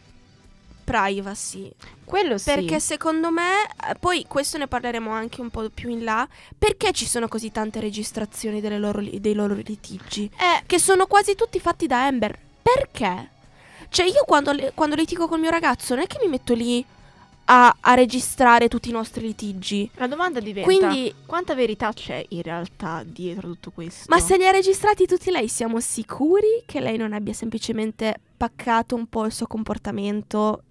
[SPEAKER 1] privacy.
[SPEAKER 4] Quello sì.
[SPEAKER 1] Perché secondo me, poi questo ne parleremo anche un po' più in là, perché ci sono così tante registrazioni dei loro litigi? Che sono quasi tutti fatti da Amber. Perché? Cioè io quando litigo col mio ragazzo non è che mi metto lì a registrare tutti i nostri litigi.
[SPEAKER 4] La domanda diventa:
[SPEAKER 1] Quindi,
[SPEAKER 4] quanta verità c'è in realtà dietro tutto questo?
[SPEAKER 1] ma se li ha registrati tutti lei, siamo sicuri che lei non abbia semplicemente paccato un po' il suo comportamento?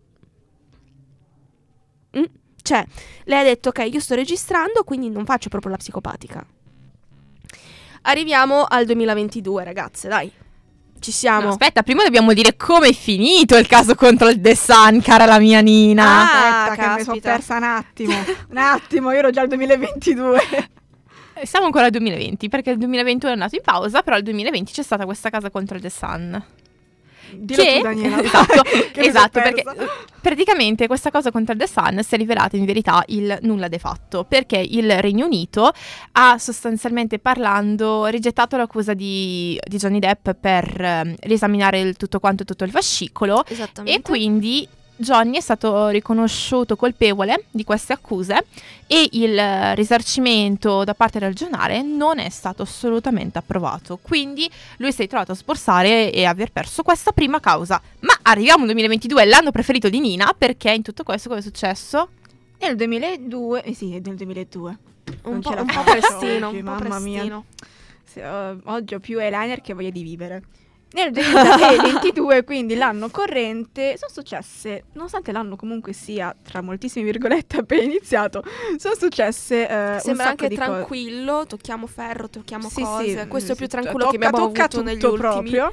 [SPEAKER 1] Cioè, lei ha detto ok, io sto registrando, quindi non faccio proprio la psicopatica. Arriviamo al 2022, ragazze, dai. Ci siamo.
[SPEAKER 3] No, aspetta, prima dobbiamo dire come è finito il caso contro il The Sun, cara la mia Nina.
[SPEAKER 4] Aspetta, che mi sono
[SPEAKER 1] caspita.
[SPEAKER 4] persa un attimo. Un attimo, io ero già al 2022.
[SPEAKER 3] Siamo ancora al 2020, perché il 2021 è andato in pausa, però il 2020 c'è stata questa casa contro il The Sun.
[SPEAKER 4] Dillo tu, Daniela.
[SPEAKER 3] Esatto,
[SPEAKER 4] Che mi
[SPEAKER 3] esatto,
[SPEAKER 4] sono
[SPEAKER 3] perché
[SPEAKER 4] persa.
[SPEAKER 3] praticamente questa cosa contro il The Sun si è rivelata in verità il nulla de fatto, perché il Regno Unito ha sostanzialmente parlando rigettato l'accusa di Johnny Depp per riesaminare tutto il fascicolo,
[SPEAKER 1] Esattamente.
[SPEAKER 3] e quindi Johnny è stato riconosciuto colpevole di queste accuse e il risarcimento da parte del regionale non è stato assolutamente approvato. Quindi lui si è trovato a sborsare e aver perso questa prima causa. Ma arriviamo al 2022, l'anno preferito di Nina, perché in tutto questo cosa è successo?
[SPEAKER 4] Nel 2002, sì, è nel 2002.
[SPEAKER 1] un
[SPEAKER 4] Non
[SPEAKER 1] po',
[SPEAKER 4] ce la
[SPEAKER 1] un po'
[SPEAKER 4] faccio
[SPEAKER 1] prestino,
[SPEAKER 4] oggi,
[SPEAKER 1] un po'
[SPEAKER 4] mamma mia.
[SPEAKER 1] prestino.
[SPEAKER 4] Oggi ho più eyeliner che voglia di vivere. Nel 2022, quindi l'anno corrente, sono successe, nonostante l'anno comunque sia tra moltissime virgolette appena iniziato, sono successe un
[SPEAKER 1] Sembra
[SPEAKER 4] sacco
[SPEAKER 1] anche
[SPEAKER 4] di
[SPEAKER 1] tranquillo, tocchiamo ferro, tocchiamo
[SPEAKER 4] Sì,
[SPEAKER 1] cose.
[SPEAKER 4] sì,
[SPEAKER 1] Questo è più
[SPEAKER 4] sì,
[SPEAKER 1] tranquillo che abbiamo
[SPEAKER 4] tocca
[SPEAKER 1] avuto negli
[SPEAKER 4] tutto
[SPEAKER 1] ultimi.
[SPEAKER 4] proprio.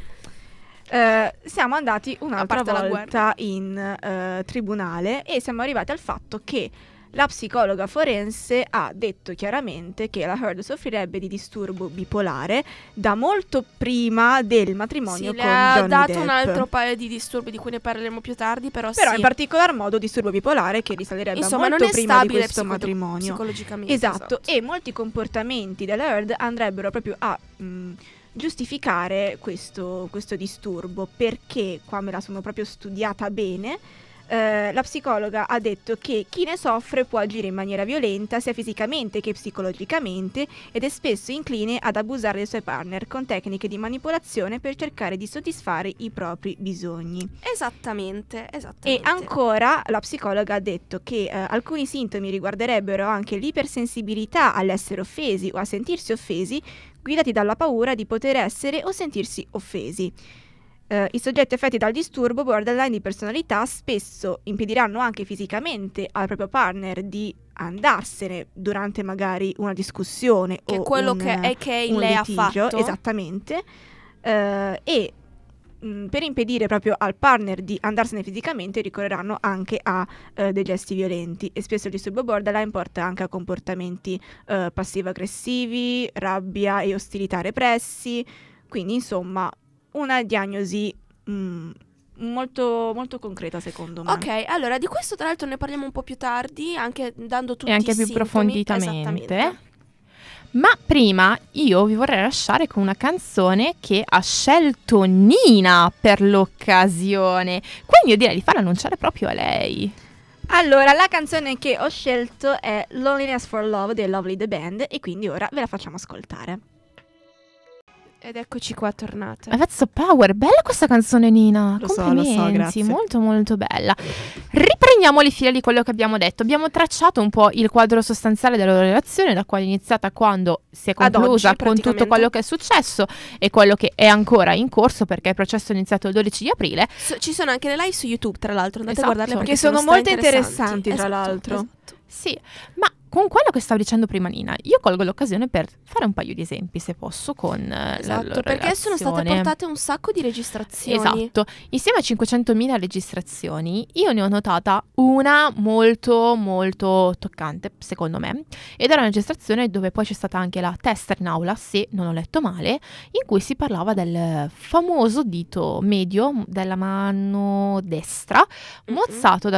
[SPEAKER 4] Siamo andati un'altra
[SPEAKER 1] parte la
[SPEAKER 4] volta in tribunale e siamo arrivati al fatto che la psicologa forense ha detto chiaramente che la Heard soffrirebbe di disturbo bipolare da molto prima del matrimonio
[SPEAKER 1] Sì, le
[SPEAKER 4] con
[SPEAKER 1] ha
[SPEAKER 4] Johnny
[SPEAKER 1] dato
[SPEAKER 4] Depp.
[SPEAKER 1] un altro paio di disturbi di cui ne parleremo più tardi, però
[SPEAKER 4] Però
[SPEAKER 1] sì.
[SPEAKER 4] in particolar modo disturbo bipolare che risalirebbe
[SPEAKER 1] Insomma,
[SPEAKER 4] molto
[SPEAKER 1] non è
[SPEAKER 4] prima di
[SPEAKER 1] stabile
[SPEAKER 4] questo matrimonio.
[SPEAKER 1] psicologicamente.
[SPEAKER 4] Esatto, e molti comportamenti della Heard andrebbero proprio a giustificare questo disturbo, perché qua me la sono proprio studiata bene. La psicologa ha detto che chi ne soffre può agire in maniera violenta sia fisicamente che psicologicamente ed è spesso incline ad abusare dei suoi partner con tecniche di manipolazione per cercare di soddisfare i propri bisogni.
[SPEAKER 1] Esattamente.
[SPEAKER 4] E ancora la psicologa ha detto che alcuni sintomi riguarderebbero anche l'ipersensibilità all'essere offesi o a sentirsi offesi, guidati dalla paura di poter essere o sentirsi offesi. I soggetti affetti dal disturbo borderline di personalità spesso impediranno anche fisicamente al proprio partner di andarsene durante magari una discussione
[SPEAKER 1] che
[SPEAKER 4] o
[SPEAKER 1] è quello
[SPEAKER 4] un,
[SPEAKER 1] che
[SPEAKER 4] un
[SPEAKER 1] lei
[SPEAKER 4] litigio,
[SPEAKER 1] ha fatto.
[SPEAKER 4] esattamente, e per impedire proprio al partner di andarsene fisicamente ricorreranno anche a dei gesti violenti, e spesso il disturbo borderline porta anche a comportamenti passivo-aggressivi, rabbia e ostilità repressi, quindi insomma una diagnosi molto, molto concreta secondo me.
[SPEAKER 1] Ok, allora di questo tra l'altro ne parliamo un po' più tardi, anche dando tutti
[SPEAKER 3] E anche
[SPEAKER 1] i
[SPEAKER 3] più
[SPEAKER 1] sintomi.
[SPEAKER 3] approfonditamente.
[SPEAKER 1] Esattamente.
[SPEAKER 3] Ma prima io vi vorrei lasciare con una canzone che ha scelto Nina per l'occasione. Quindi io direi di far annunciare proprio a lei.
[SPEAKER 4] Allora, la canzone che ho scelto è Loneliness for Love dei Lovely The Band e quindi ora ve la facciamo ascoltare.
[SPEAKER 1] Ed eccoci qua tornate.
[SPEAKER 3] That's so power, bella questa canzone Nina,
[SPEAKER 4] Lo so,
[SPEAKER 3] complimenti,
[SPEAKER 4] grazie.
[SPEAKER 3] molto molto bella. Riprendiamo le fila di quello che abbiamo detto, abbiamo tracciato un po' il quadro sostanziale della loro relazione, da quando è iniziata a quando si è
[SPEAKER 1] Ad
[SPEAKER 3] conclusa,
[SPEAKER 1] oggi,
[SPEAKER 3] con tutto
[SPEAKER 1] praticamente.
[SPEAKER 3] quello che è successo e quello che è ancora in corso, perché il processo è iniziato il 12 di aprile.
[SPEAKER 1] Ci sono anche le live su YouTube, tra l'altro, andate
[SPEAKER 3] Esatto.
[SPEAKER 1] a guardarle perché
[SPEAKER 4] Che sono
[SPEAKER 1] stra
[SPEAKER 4] molto interessanti, tra
[SPEAKER 1] Esatto,
[SPEAKER 4] l'altro.
[SPEAKER 1] esatto.
[SPEAKER 3] Sì, ma con quello che stavo dicendo prima Nina, io colgo l'occasione per fare un paio di esempi, se posso, con la
[SPEAKER 1] Esatto,
[SPEAKER 3] loro
[SPEAKER 1] perché sono state
[SPEAKER 3] relazione.
[SPEAKER 1] portate un sacco di registrazioni.
[SPEAKER 3] Esatto, insieme a 500.000 registrazioni io ne ho notata una molto molto toccante secondo me, ed era una registrazione dove poi c'è stata anche la tester in aula, se non ho letto male, in cui si parlava del famoso dito medio della mano destra mozzato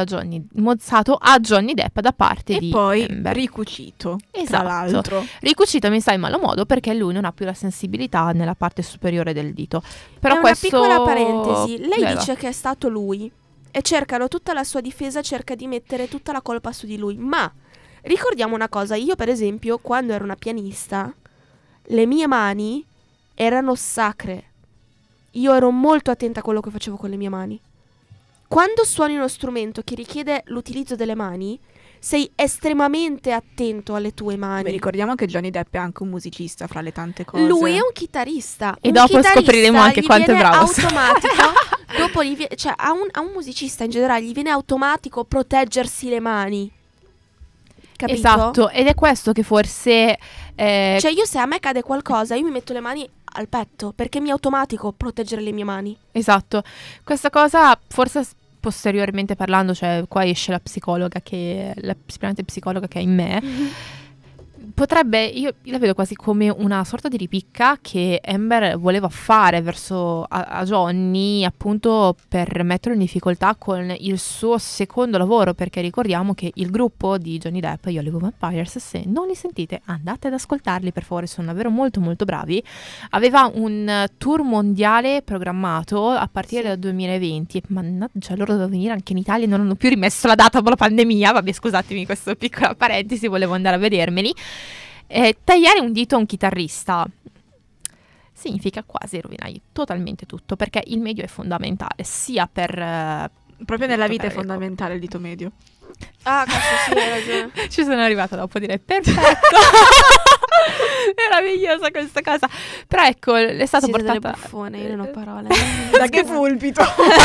[SPEAKER 3] a Johnny Depp da parte
[SPEAKER 4] E
[SPEAKER 3] di
[SPEAKER 4] poi
[SPEAKER 3] Amber.
[SPEAKER 4] ricucito, tra
[SPEAKER 3] Esatto.
[SPEAKER 4] l'altro.
[SPEAKER 3] Ricucito mi sa in malo modo perché lui non ha più la sensibilità nella parte superiore del dito. Però
[SPEAKER 1] è una
[SPEAKER 3] questo...
[SPEAKER 1] piccola parentesi. Lei
[SPEAKER 3] Beh,
[SPEAKER 1] dice che è stato lui e cercano tutta la sua difesa, cerca di mettere tutta la colpa su di lui. Ma ricordiamo una cosa, io per esempio quando ero una pianista le mie mani erano sacre. Io ero molto attenta a quello che facevo con le mie mani. quando suoni uno strumento che richiede l'utilizzo delle mani, sei estremamente attento alle tue mani.
[SPEAKER 4] Beh, ricordiamo che Johnny Depp è anche un musicista fra le tante cose.
[SPEAKER 1] Lui è un chitarrista.
[SPEAKER 3] E dopo scopriremo anche quanto è bravo.
[SPEAKER 1] Automatico. Dopo cioè, a un musicista in generale gli viene automatico proteggersi le mani. Capito?
[SPEAKER 3] Esatto, ed è questo che forse
[SPEAKER 1] cioè io, se a me cade qualcosa, io mi metto le mani al petto, perché mi è automatico proteggere le mie mani.
[SPEAKER 3] esatto, questa cosa forse posteriormente parlando, cioè qua esce la psicologa la aspirante psicologa che è in me. Potrebbe, io la vedo quasi come una sorta di ripicca che Amber voleva fare verso a Johnny, appunto per metterlo in difficoltà con il suo secondo lavoro, perché ricordiamo che il gruppo di Johnny Depp, gli Hollywood Vampires, se non li sentite andate ad ascoltarli per favore, sono davvero molto molto bravi. Aveva un tour mondiale programmato a partire dal 2020, mannaggia, loro dovevano venire anche in Italia e non hanno più rimesso la data per la pandemia. Vabbè, scusatemi questa piccola parentesi, volevo andare a vedermeli. Tagliare un dito a un chitarrista significa quasi rovinare totalmente tutto, perché il medio è fondamentale sia per
[SPEAKER 4] proprio nella vita è
[SPEAKER 3] ecco.
[SPEAKER 4] fondamentale il dito medio.
[SPEAKER 1] Ah, cazzo, sì, hai ragione.
[SPEAKER 3] Ci sono arrivata dopo, direi perfetto. Meravigliosa questa cosa. Però ecco, è stato
[SPEAKER 1] Siete delle
[SPEAKER 3] portato
[SPEAKER 1] buffone, io non ho parole.
[SPEAKER 4] Da che fulpito!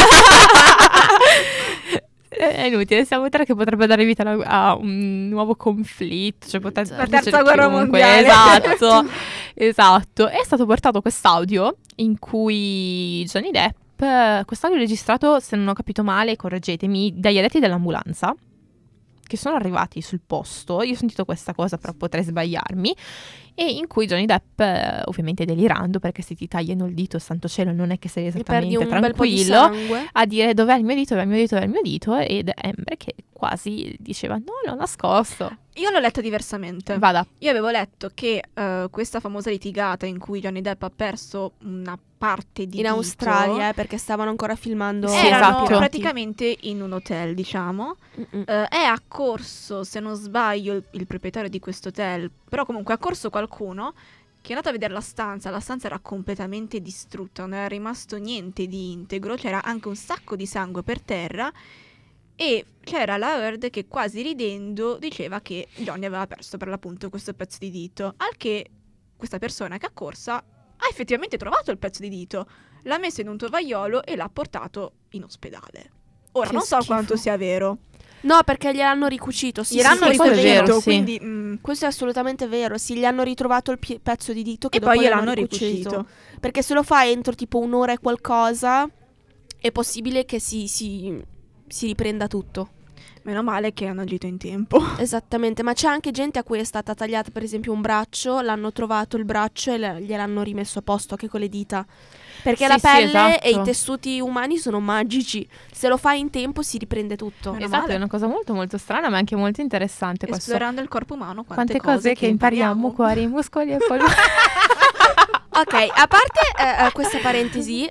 [SPEAKER 3] È inutile, siamo tre che potrebbe dare vita a un nuovo conflitto, cioè
[SPEAKER 4] La terza guerra mondiale.
[SPEAKER 3] Esatto. È stato portato quest'audio in cui Johnny Depp, quest'audio registrato, se non ho capito male, correggetemi, dagli addetti dell'ambulanza che sono arrivati sul posto. Io ho sentito questa cosa, però potrei sbagliarmi. E in cui Johnny Depp, ovviamente delirando, perché se ti tagliano il dito, santo cielo, non è che sei esattamente
[SPEAKER 1] un bel po' di
[SPEAKER 3] tranquillo,
[SPEAKER 1] sangue.
[SPEAKER 3] a dire dov'è il mio dito, dov'è il mio dito, dov'è il mio dito, ed Amber che quasi diceva no, l'ho nascosto.
[SPEAKER 4] Io l'ho letto diversamente.
[SPEAKER 3] Vada.
[SPEAKER 4] Io avevo letto che questa famosa litigata in cui Johnny Depp ha perso una parte di
[SPEAKER 1] In
[SPEAKER 4] dito
[SPEAKER 1] Australia, perché stavano ancora filmando.
[SPEAKER 3] Sì,
[SPEAKER 4] erano
[SPEAKER 3] esatto.
[SPEAKER 4] praticamente in un hotel, diciamo. È accorso, se non sbaglio, il proprietario di questo hotel, però comunque è accorso qualcuno che è andato a vedere la stanza era completamente distrutta, non era rimasto niente di integro, c'era anche un sacco di sangue per terra e c'era la Heard che quasi ridendo diceva che Johnny aveva perso per l'appunto questo pezzo di dito, al che questa persona che è accorsa ha effettivamente trovato il pezzo di dito, l'ha messo in un tovagliolo e l'ha portato in ospedale. Ora
[SPEAKER 1] Che
[SPEAKER 4] non so
[SPEAKER 1] schifo.
[SPEAKER 4] quanto sia vero.
[SPEAKER 1] No, perché gliel'hanno ricucito. Sì,
[SPEAKER 4] Gliel'hanno
[SPEAKER 1] sì, questo è
[SPEAKER 3] ricucito,
[SPEAKER 1] vero.
[SPEAKER 3] sì.
[SPEAKER 4] quindi
[SPEAKER 1] Questo è assolutamente vero. Sì, gli hanno ritrovato il pezzo di dito che
[SPEAKER 4] e
[SPEAKER 1] dopo
[SPEAKER 4] poi gliel'hanno
[SPEAKER 1] ricucito.
[SPEAKER 4] ricucito.
[SPEAKER 1] Perché se lo fai entro tipo un'ora e qualcosa, è possibile che si riprenda tutto.
[SPEAKER 4] Meno male che hanno agito in tempo.
[SPEAKER 1] Esattamente, ma c'è anche gente a cui è stata tagliata per esempio un braccio, l'hanno trovato il braccio e gliel'hanno rimesso a posto anche con le dita. Perché
[SPEAKER 3] Sì,
[SPEAKER 1] la
[SPEAKER 3] sì,
[SPEAKER 1] pelle
[SPEAKER 3] esatto.
[SPEAKER 1] e i tessuti umani sono magici. Se lo fai in tempo si riprende tutto.
[SPEAKER 4] Meno
[SPEAKER 3] Esatto,
[SPEAKER 4] male.
[SPEAKER 3] è una cosa molto molto strana, ma anche molto interessante questo.
[SPEAKER 4] Esplorando il corpo umano,
[SPEAKER 3] Quante cose che impariamo, cuori, muscoli e pollo.
[SPEAKER 1] Ok, a parte questa parentesi,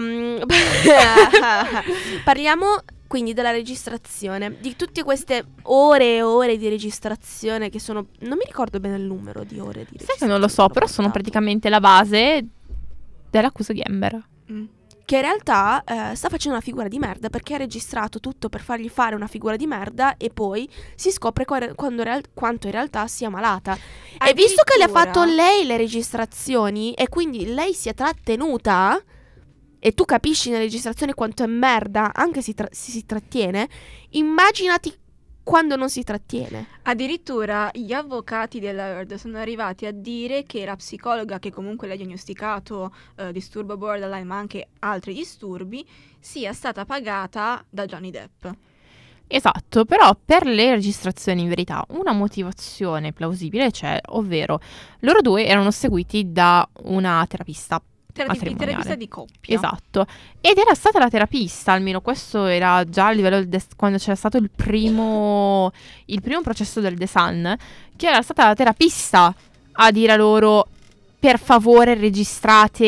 [SPEAKER 1] parliamo quindi della registrazione, di tutte queste ore e ore di registrazione che sono, non mi ricordo bene il numero di ore di registrazione.
[SPEAKER 3] Sai che non lo so, però sono praticamente la base dell'accusa di Amber.
[SPEAKER 1] Che in realtà sta facendo una figura di merda perché ha registrato tutto per fargli fare una figura di merda e poi si scopre quanto in realtà sia malata. E visto che le ha fatto lei le registrazioni e quindi lei si è trattenuta e tu capisci nelle registrazioni quanto è merda anche se si trattiene, immaginati quando non si trattiene.
[SPEAKER 4] Addirittura gli avvocati della Heard sono arrivati a dire che la psicologa che comunque le ha diagnosticato disturbo borderline ma anche altri disturbi sia stata pagata da Johnny Depp.
[SPEAKER 3] Esatto, però per le registrazioni in verità una motivazione plausibile c'è, ovvero loro due erano seguiti da una terapista.
[SPEAKER 4] Terapista di coppia.
[SPEAKER 3] Esatto, ed era stata la terapista, almeno questo era già a livello quando c'era stato il primo processo del The Sun, che era stata la terapista a dire a loro per favore registrate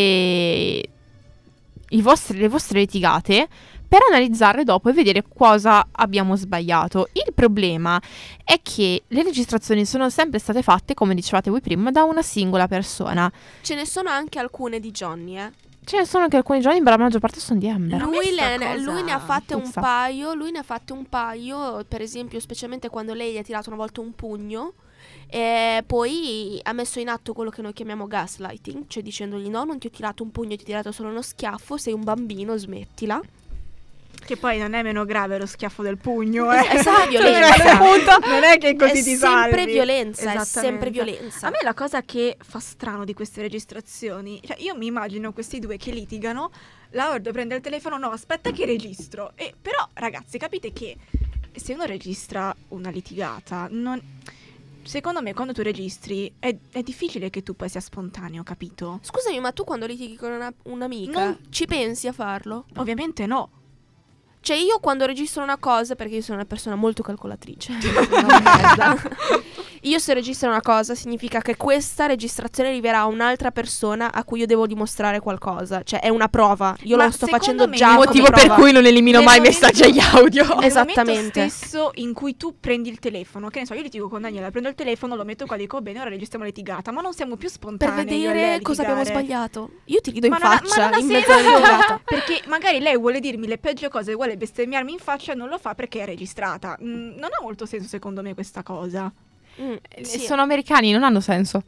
[SPEAKER 3] le vostre litigate per analizzarle dopo e vedere cosa abbiamo sbagliato. Il problema è che le registrazioni sono sempre state fatte, come dicevate voi prima, da una singola persona.
[SPEAKER 1] Ce ne sono anche alcune di Johnny,
[SPEAKER 3] Ce ne sono anche alcuni giorni, ma la maggior parte sono di Amber.
[SPEAKER 1] Lui ne ha fatte un
[SPEAKER 3] puzza.
[SPEAKER 1] paio. Lui ne ha fatte un paio. Per esempio, specialmente quando lei gli ha tirato una volta un pugno. E poi ha messo in atto quello che noi chiamiamo gaslighting, cioè dicendogli: no, non ti ho tirato un pugno, ti ho tirato solo uno schiaffo, sei un bambino, smettila.
[SPEAKER 4] Che poi non è meno grave lo schiaffo del pugno,
[SPEAKER 1] È sempre violenza.
[SPEAKER 4] Non è che così
[SPEAKER 1] È
[SPEAKER 4] ti
[SPEAKER 1] sempre
[SPEAKER 4] salvi.
[SPEAKER 1] violenza, è
[SPEAKER 4] Esattamente.
[SPEAKER 1] sempre violenza.
[SPEAKER 4] A me la cosa che fa strano di queste registrazioni, cioè io mi immagino questi due che litigano, la Heard prende il telefono, no, aspetta che registro. Però ragazzi, capite che se uno registra una litigata, secondo me quando tu registri è difficile che tu poi sia spontaneo, capito?
[SPEAKER 1] Scusami, ma tu quando litighi con un'amica
[SPEAKER 4] Non-
[SPEAKER 1] ci pensi a farlo?
[SPEAKER 4] Ovviamente no.
[SPEAKER 1] Cioè io quando registro una cosa, perché io sono una persona molto calcolatrice, una merda. Io se registro una cosa significa che questa registrazione arriverà a un'altra persona a cui io devo dimostrare qualcosa. Cioè è una prova, io
[SPEAKER 4] Ma
[SPEAKER 1] lo sto
[SPEAKER 4] secondo
[SPEAKER 1] facendo
[SPEAKER 4] me
[SPEAKER 1] già
[SPEAKER 4] il
[SPEAKER 1] come
[SPEAKER 3] Motivo per
[SPEAKER 1] prova.
[SPEAKER 3] cui non elimino
[SPEAKER 4] Nel
[SPEAKER 3] mai
[SPEAKER 4] momento-
[SPEAKER 3] messaggi agli audio.
[SPEAKER 4] Nel
[SPEAKER 1] Esattamente.
[SPEAKER 4] momento stesso in cui tu prendi il telefono, che ne so, io litigo con Daniela, prendo il telefono, lo metto qua, dico bene, ora registriamo la litigata, ma non siamo più
[SPEAKER 1] Per
[SPEAKER 4] spontanei. io e lei
[SPEAKER 1] vedere
[SPEAKER 4] a
[SPEAKER 1] cosa abbiamo
[SPEAKER 4] litigare.
[SPEAKER 1] sbagliato. Io ti rido in
[SPEAKER 4] Ma non ha-
[SPEAKER 1] faccia
[SPEAKER 4] ma non ha
[SPEAKER 1] in mezzo alla
[SPEAKER 4] senso.
[SPEAKER 1] litigata.
[SPEAKER 4] Perché magari lei vuole dirmi le peggio cose, vuole bestemmiarmi in faccia e non lo fa perché è registrata. Non ha molto senso secondo me questa cosa.
[SPEAKER 1] Sì.
[SPEAKER 3] Sono americani, non hanno senso.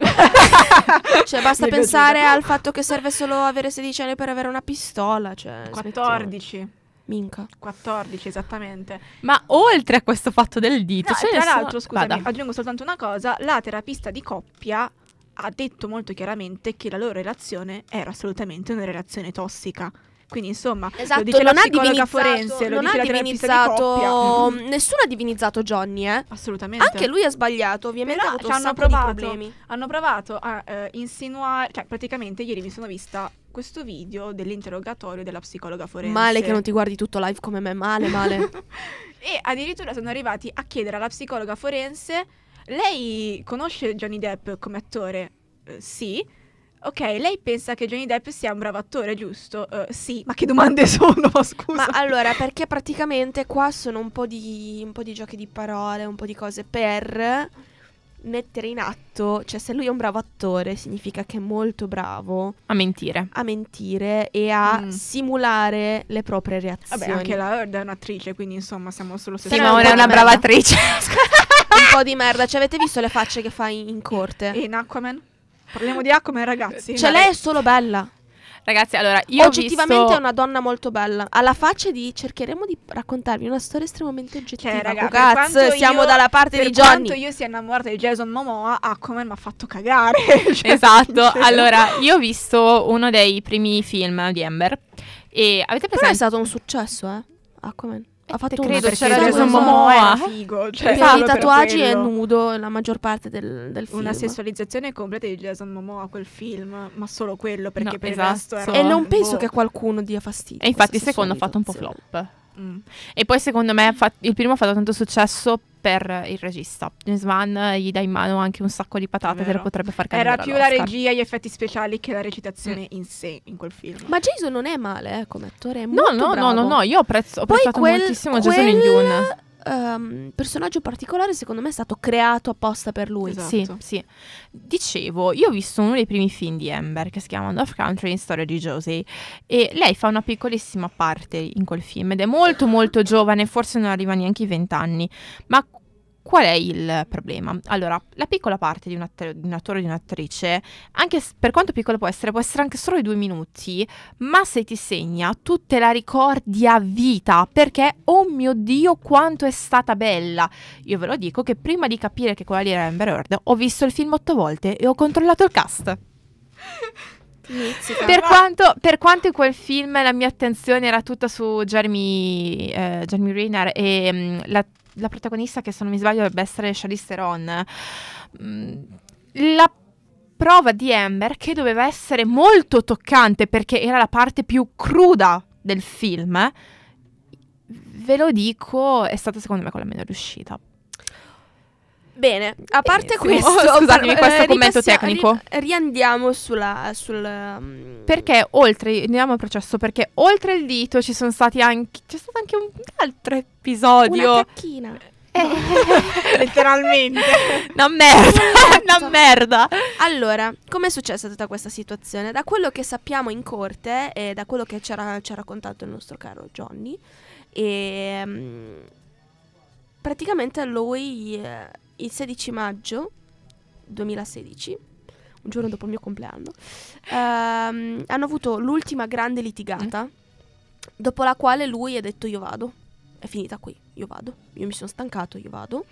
[SPEAKER 1] Cioè basta
[SPEAKER 4] Mi è
[SPEAKER 1] pensare
[SPEAKER 4] piaciuta.
[SPEAKER 1] al fatto che serve solo avere 16 anni per avere una pistola. Cioè, smettiamo.
[SPEAKER 4] 14.
[SPEAKER 1] Minca.
[SPEAKER 4] 14 esattamente.
[SPEAKER 3] Ma oltre a questo fatto del dito,
[SPEAKER 4] No,
[SPEAKER 3] ce
[SPEAKER 4] e
[SPEAKER 3] ne
[SPEAKER 4] tra
[SPEAKER 3] sono-
[SPEAKER 4] l'altro, scusami,
[SPEAKER 3] Vada.
[SPEAKER 4] aggiungo soltanto una cosa, la terapista di coppia ha detto molto chiaramente che la loro relazione era assolutamente una relazione tossica. Quindi insomma, lo
[SPEAKER 1] Esatto,
[SPEAKER 4] dice la
[SPEAKER 1] non ha
[SPEAKER 4] psicologa
[SPEAKER 1] divinizzato,
[SPEAKER 4] forense, lo
[SPEAKER 1] non
[SPEAKER 4] dice
[SPEAKER 1] ha
[SPEAKER 4] la terapista di coppia.
[SPEAKER 1] divinizzato, nessuno ha divinizzato Johnny,
[SPEAKER 4] Assolutamente.
[SPEAKER 1] Anche lui ha sbagliato, ovviamente
[SPEAKER 4] Però
[SPEAKER 1] ha avuto
[SPEAKER 4] ci
[SPEAKER 1] un
[SPEAKER 4] hanno
[SPEAKER 1] sacco
[SPEAKER 4] provato.
[SPEAKER 1] di problemi.
[SPEAKER 4] Hanno provato a insinuare, cioè praticamente ieri mi sono vista questo video dell'interrogatorio della psicologa forense.
[SPEAKER 1] Male che non ti guardi tutto live come me, male.
[SPEAKER 4] E addirittura sono arrivati a chiedere alla psicologa forense: lei conosce Johnny Depp come attore? Sì. Ok, lei pensa che Johnny Depp sia un bravo attore, giusto? Sì. Ma che domande sono? Scusa.
[SPEAKER 1] Ma allora, perché praticamente qua sono un po' di giochi di parole, un po' di cose per mettere in atto, cioè se lui è un bravo attore significa che è molto bravo
[SPEAKER 3] A mentire.
[SPEAKER 1] a mentire e a
[SPEAKER 4] Mm.
[SPEAKER 1] simulare le proprie reazioni.
[SPEAKER 4] Vabbè, anche la Heard è un'attrice, quindi insomma siamo solo
[SPEAKER 3] Sì,
[SPEAKER 1] Però
[SPEAKER 3] ma
[SPEAKER 1] è un
[SPEAKER 3] ora è
[SPEAKER 1] po'
[SPEAKER 3] una
[SPEAKER 1] di
[SPEAKER 3] brava
[SPEAKER 1] merda.
[SPEAKER 3] attrice.
[SPEAKER 1] Un po' di merda, ci avete visto le facce che fa in corte?
[SPEAKER 4] E in Aquaman? Parliamo di Aquaman, ragazzi.
[SPEAKER 1] Cioè lei è solo bella.
[SPEAKER 3] Ragazzi, allora, io ho
[SPEAKER 1] Oggettivamente
[SPEAKER 3] visto...
[SPEAKER 1] è una donna molto bella. Ha la faccia di cercheremo di raccontarvi una storia estremamente oggettiva.
[SPEAKER 4] Cioè, raga,
[SPEAKER 1] Oh,
[SPEAKER 4] per
[SPEAKER 1] cazzo,
[SPEAKER 4] quanto
[SPEAKER 1] siamo
[SPEAKER 4] io-
[SPEAKER 1] dalla parte
[SPEAKER 4] per
[SPEAKER 1] di Johnny.
[SPEAKER 4] quanto io sia innamorata di Jason Momoa, Aquaman mi ha fatto cagare. Cioè,
[SPEAKER 3] Esatto,
[SPEAKER 4] sincero.
[SPEAKER 3] allora, io ho visto uno dei primi film di Amber e avete
[SPEAKER 1] Però è
[SPEAKER 3] presente...
[SPEAKER 1] stato un successo, Aquaman. Ha fatto
[SPEAKER 3] credo,
[SPEAKER 1] un
[SPEAKER 3] c'era
[SPEAKER 1] sacco di
[SPEAKER 3] Jason
[SPEAKER 1] soldi.
[SPEAKER 3] Momoa.
[SPEAKER 4] era figo, cioè,
[SPEAKER 1] Per i
[SPEAKER 4] solo per
[SPEAKER 1] tatuaggi è
[SPEAKER 4] quello.
[SPEAKER 1] nudo la maggior parte del film.
[SPEAKER 4] Una sessualizzazione completa di Jason Momoa quel film, ma solo quello, perché
[SPEAKER 3] No,
[SPEAKER 4] per
[SPEAKER 3] esatto.
[SPEAKER 4] il resto era
[SPEAKER 1] E non penso
[SPEAKER 4] boh.
[SPEAKER 1] che a qualcuno dia fastidio.
[SPEAKER 3] E infatti il
[SPEAKER 1] questa
[SPEAKER 3] secondo ha fatto un po'
[SPEAKER 1] sessualizzazione.
[SPEAKER 3] flop.
[SPEAKER 4] Mm.
[SPEAKER 3] E poi secondo me il primo ha fatto tanto successo per il regista. James Wan gli dà in mano anche un sacco di patate, te
[SPEAKER 4] Vero.
[SPEAKER 3] le potrebbe far
[SPEAKER 4] Era
[SPEAKER 3] candidare
[SPEAKER 4] più la
[SPEAKER 3] all'Oscar.
[SPEAKER 4] regia e gli effetti speciali che la recitazione in sé in quel film.
[SPEAKER 1] Ma Jason non è male come attore, è
[SPEAKER 3] No,
[SPEAKER 1] molto
[SPEAKER 3] no,
[SPEAKER 1] bravo.
[SPEAKER 3] no, io ho
[SPEAKER 1] Poi
[SPEAKER 3] apprezzato moltissimo Jason in Dune.
[SPEAKER 1] Personaggio particolare secondo me è stato creato apposta per lui.
[SPEAKER 4] Esatto.
[SPEAKER 3] Sì, sì. Dicevo, io ho visto uno dei primi film di Amber che si chiama North Country, storia di Josie, e lei fa una piccolissima parte in quel film ed è molto molto giovane, forse non arriva neanche ai 20 anni, ma qual è il problema? Allora, la piccola parte di un attore o di un'attrice, anche per quanto piccola può essere anche solo i 2 minuti, ma se ti segna, tu te la ricordi a vita, perché, oh mio Dio, quanto è stata bella! Io ve lo dico che prima di capire che quella lì era Amber Heard, ho visto il film 8 volte e ho controllato il cast.
[SPEAKER 1] Mizzica.
[SPEAKER 3] Per quanto in quel film la mia attenzione era tutta su Jeremy Renner e la protagonista, che se non mi sbaglio dovrebbe essere Charlize Theron, la prova di Amber, che doveva essere molto toccante perché era la parte più cruda del film, ve lo dico, è stata secondo me quella meno riuscita.
[SPEAKER 1] Bene, a parte
[SPEAKER 3] Benissimo.
[SPEAKER 1] questo,
[SPEAKER 3] Scusatemi, questo commento tecnico.
[SPEAKER 1] Riandiamo sul
[SPEAKER 3] Perché andiamo al processo, perché oltre il dito c'è stato anche un altro episodio.
[SPEAKER 1] una cacchina.
[SPEAKER 4] Letteralmente.
[SPEAKER 3] Una merda,
[SPEAKER 1] Esatto.
[SPEAKER 3] una merda.
[SPEAKER 1] Allora, com'è successa tutta questa situazione? Da quello che sappiamo in corte e da quello che ci ha raccontato il nostro caro Johnny, praticamente lui il 16 maggio 2016, un giorno dopo il mio compleanno, hanno avuto l'ultima grande litigata, dopo la quale lui ha detto io vado, è finita qui, io vado, io mi sono stancato, io vado.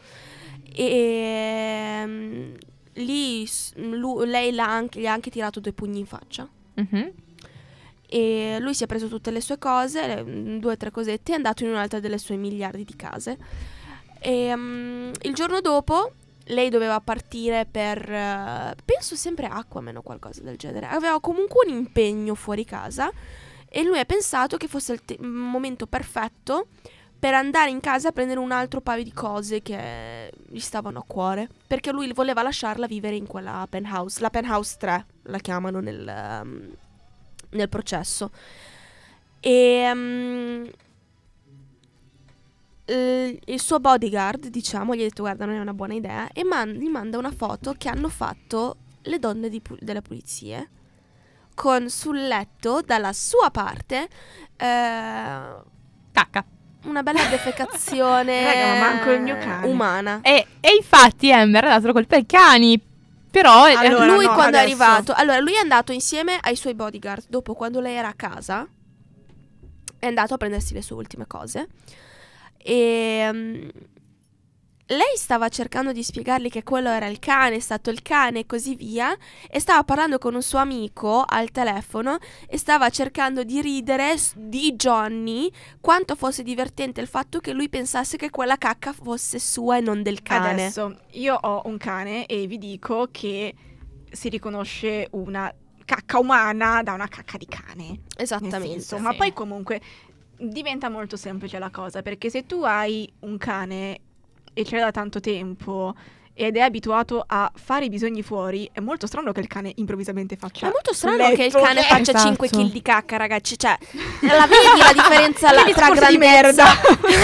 [SPEAKER 1] E lei gli ha anche tirato 2 pugni in faccia.
[SPEAKER 3] Mhm.
[SPEAKER 1] E lui si è preso tutte le sue cose, 2 o 3 cosette, e è andato in un'altra delle sue miliardi di case. E il giorno dopo lei doveva partire per penso sempre Aquaman o qualcosa del genere. Aveva comunque un impegno fuori casa e lui ha pensato che fosse il momento perfetto per andare in casa a prendere un altro paio di cose che gli stavano a cuore, perché lui voleva lasciarla vivere in quella penthouse, la penthouse 3 la chiamano nel processo. E il suo bodyguard, diciamo, gli ha detto guarda non è una buona idea, e gli manda una foto che hanno fatto le donne delle pulizie con sul letto dalla sua parte
[SPEAKER 3] Cacca.
[SPEAKER 1] una bella defecazione
[SPEAKER 4] Raga, ma manco il mio cane.
[SPEAKER 1] umana.
[SPEAKER 3] E infatti Amber ha dato la colpa ai cani. Però
[SPEAKER 4] Allora,
[SPEAKER 1] lui
[SPEAKER 4] no,
[SPEAKER 1] quando è
[SPEAKER 4] adesso.
[SPEAKER 1] arrivato, allora lui è andato insieme ai suoi bodyguard, dopo quando lei era a casa è andato a prendersi le sue ultime cose e lei stava cercando di spiegargli che quello era il cane, è stato il cane e così via, e stava parlando con un suo amico al telefono e stava cercando di ridere di Johnny quanto fosse divertente il fatto che lui pensasse che quella cacca fosse sua e non del cane.
[SPEAKER 4] Adesso, io ho un cane e vi dico che si riconosce una cacca umana da una cacca di cane. Nel
[SPEAKER 1] Esattamente.
[SPEAKER 4] senso, ma poi comunque diventa molto semplice la cosa, perché se tu hai un cane e ce l'hai da tanto tempo ed è abituato a fare i bisogni fuori, è molto strano che il cane improvvisamente faccia
[SPEAKER 1] È molto strano
[SPEAKER 4] letto,
[SPEAKER 1] che il cane
[SPEAKER 4] cioè,
[SPEAKER 1] faccia
[SPEAKER 3] esatto.
[SPEAKER 1] 5 kg di cacca, ragazzi. Cioè, la vedi la differenza
[SPEAKER 4] Che
[SPEAKER 1] tra
[SPEAKER 4] discorso di
[SPEAKER 1] grandezza?
[SPEAKER 4] merda.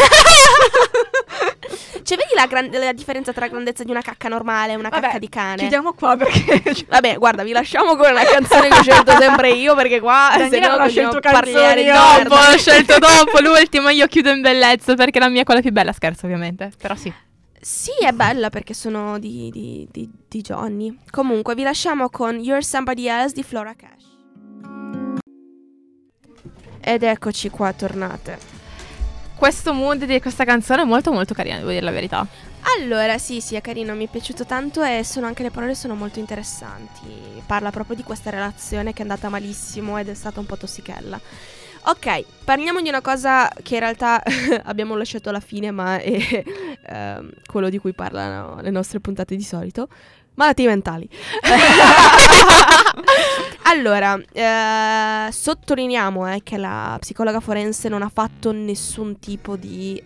[SPEAKER 1] Cioè, vedi la differenza tra grandezza di una cacca normale e una
[SPEAKER 4] Vabbè,
[SPEAKER 1] cacca di cane?
[SPEAKER 4] chiudiamo qua perché
[SPEAKER 1] Vabbè, guarda, vi lasciamo con una canzone che ho scelto sempre io, perché qua se
[SPEAKER 4] Daniela
[SPEAKER 1] no
[SPEAKER 4] non ha
[SPEAKER 1] continuiamo
[SPEAKER 4] scelto
[SPEAKER 1] a parlare di
[SPEAKER 4] canzoni
[SPEAKER 1] merda.
[SPEAKER 3] Dopo, ho scelto dopo l'ultima, io chiudo in bellezza perché la mia è quella più bella, scherzo ovviamente, però sì.
[SPEAKER 1] Sì, è bella perché sono di Johnny. Comunque, vi lasciamo con You're Somebody Else di Flora Cash. Ed eccoci qua, tornate.
[SPEAKER 3] Questo mood di questa canzone è molto molto carina, devo dire la verità.
[SPEAKER 1] Allora, sì, è carino, mi è piaciuto tanto e anche le parole sono molto interessanti. Parla proprio di questa relazione che è andata malissimo ed è stata un po' tossichella. Ok, parliamo di una cosa che in realtà abbiamo lasciato alla fine, ma è quello di cui parlano le nostre puntate di solito. Malattie mentali. Allora, sottolineiamo che la psicologa forense non ha fatto nessun tipo di...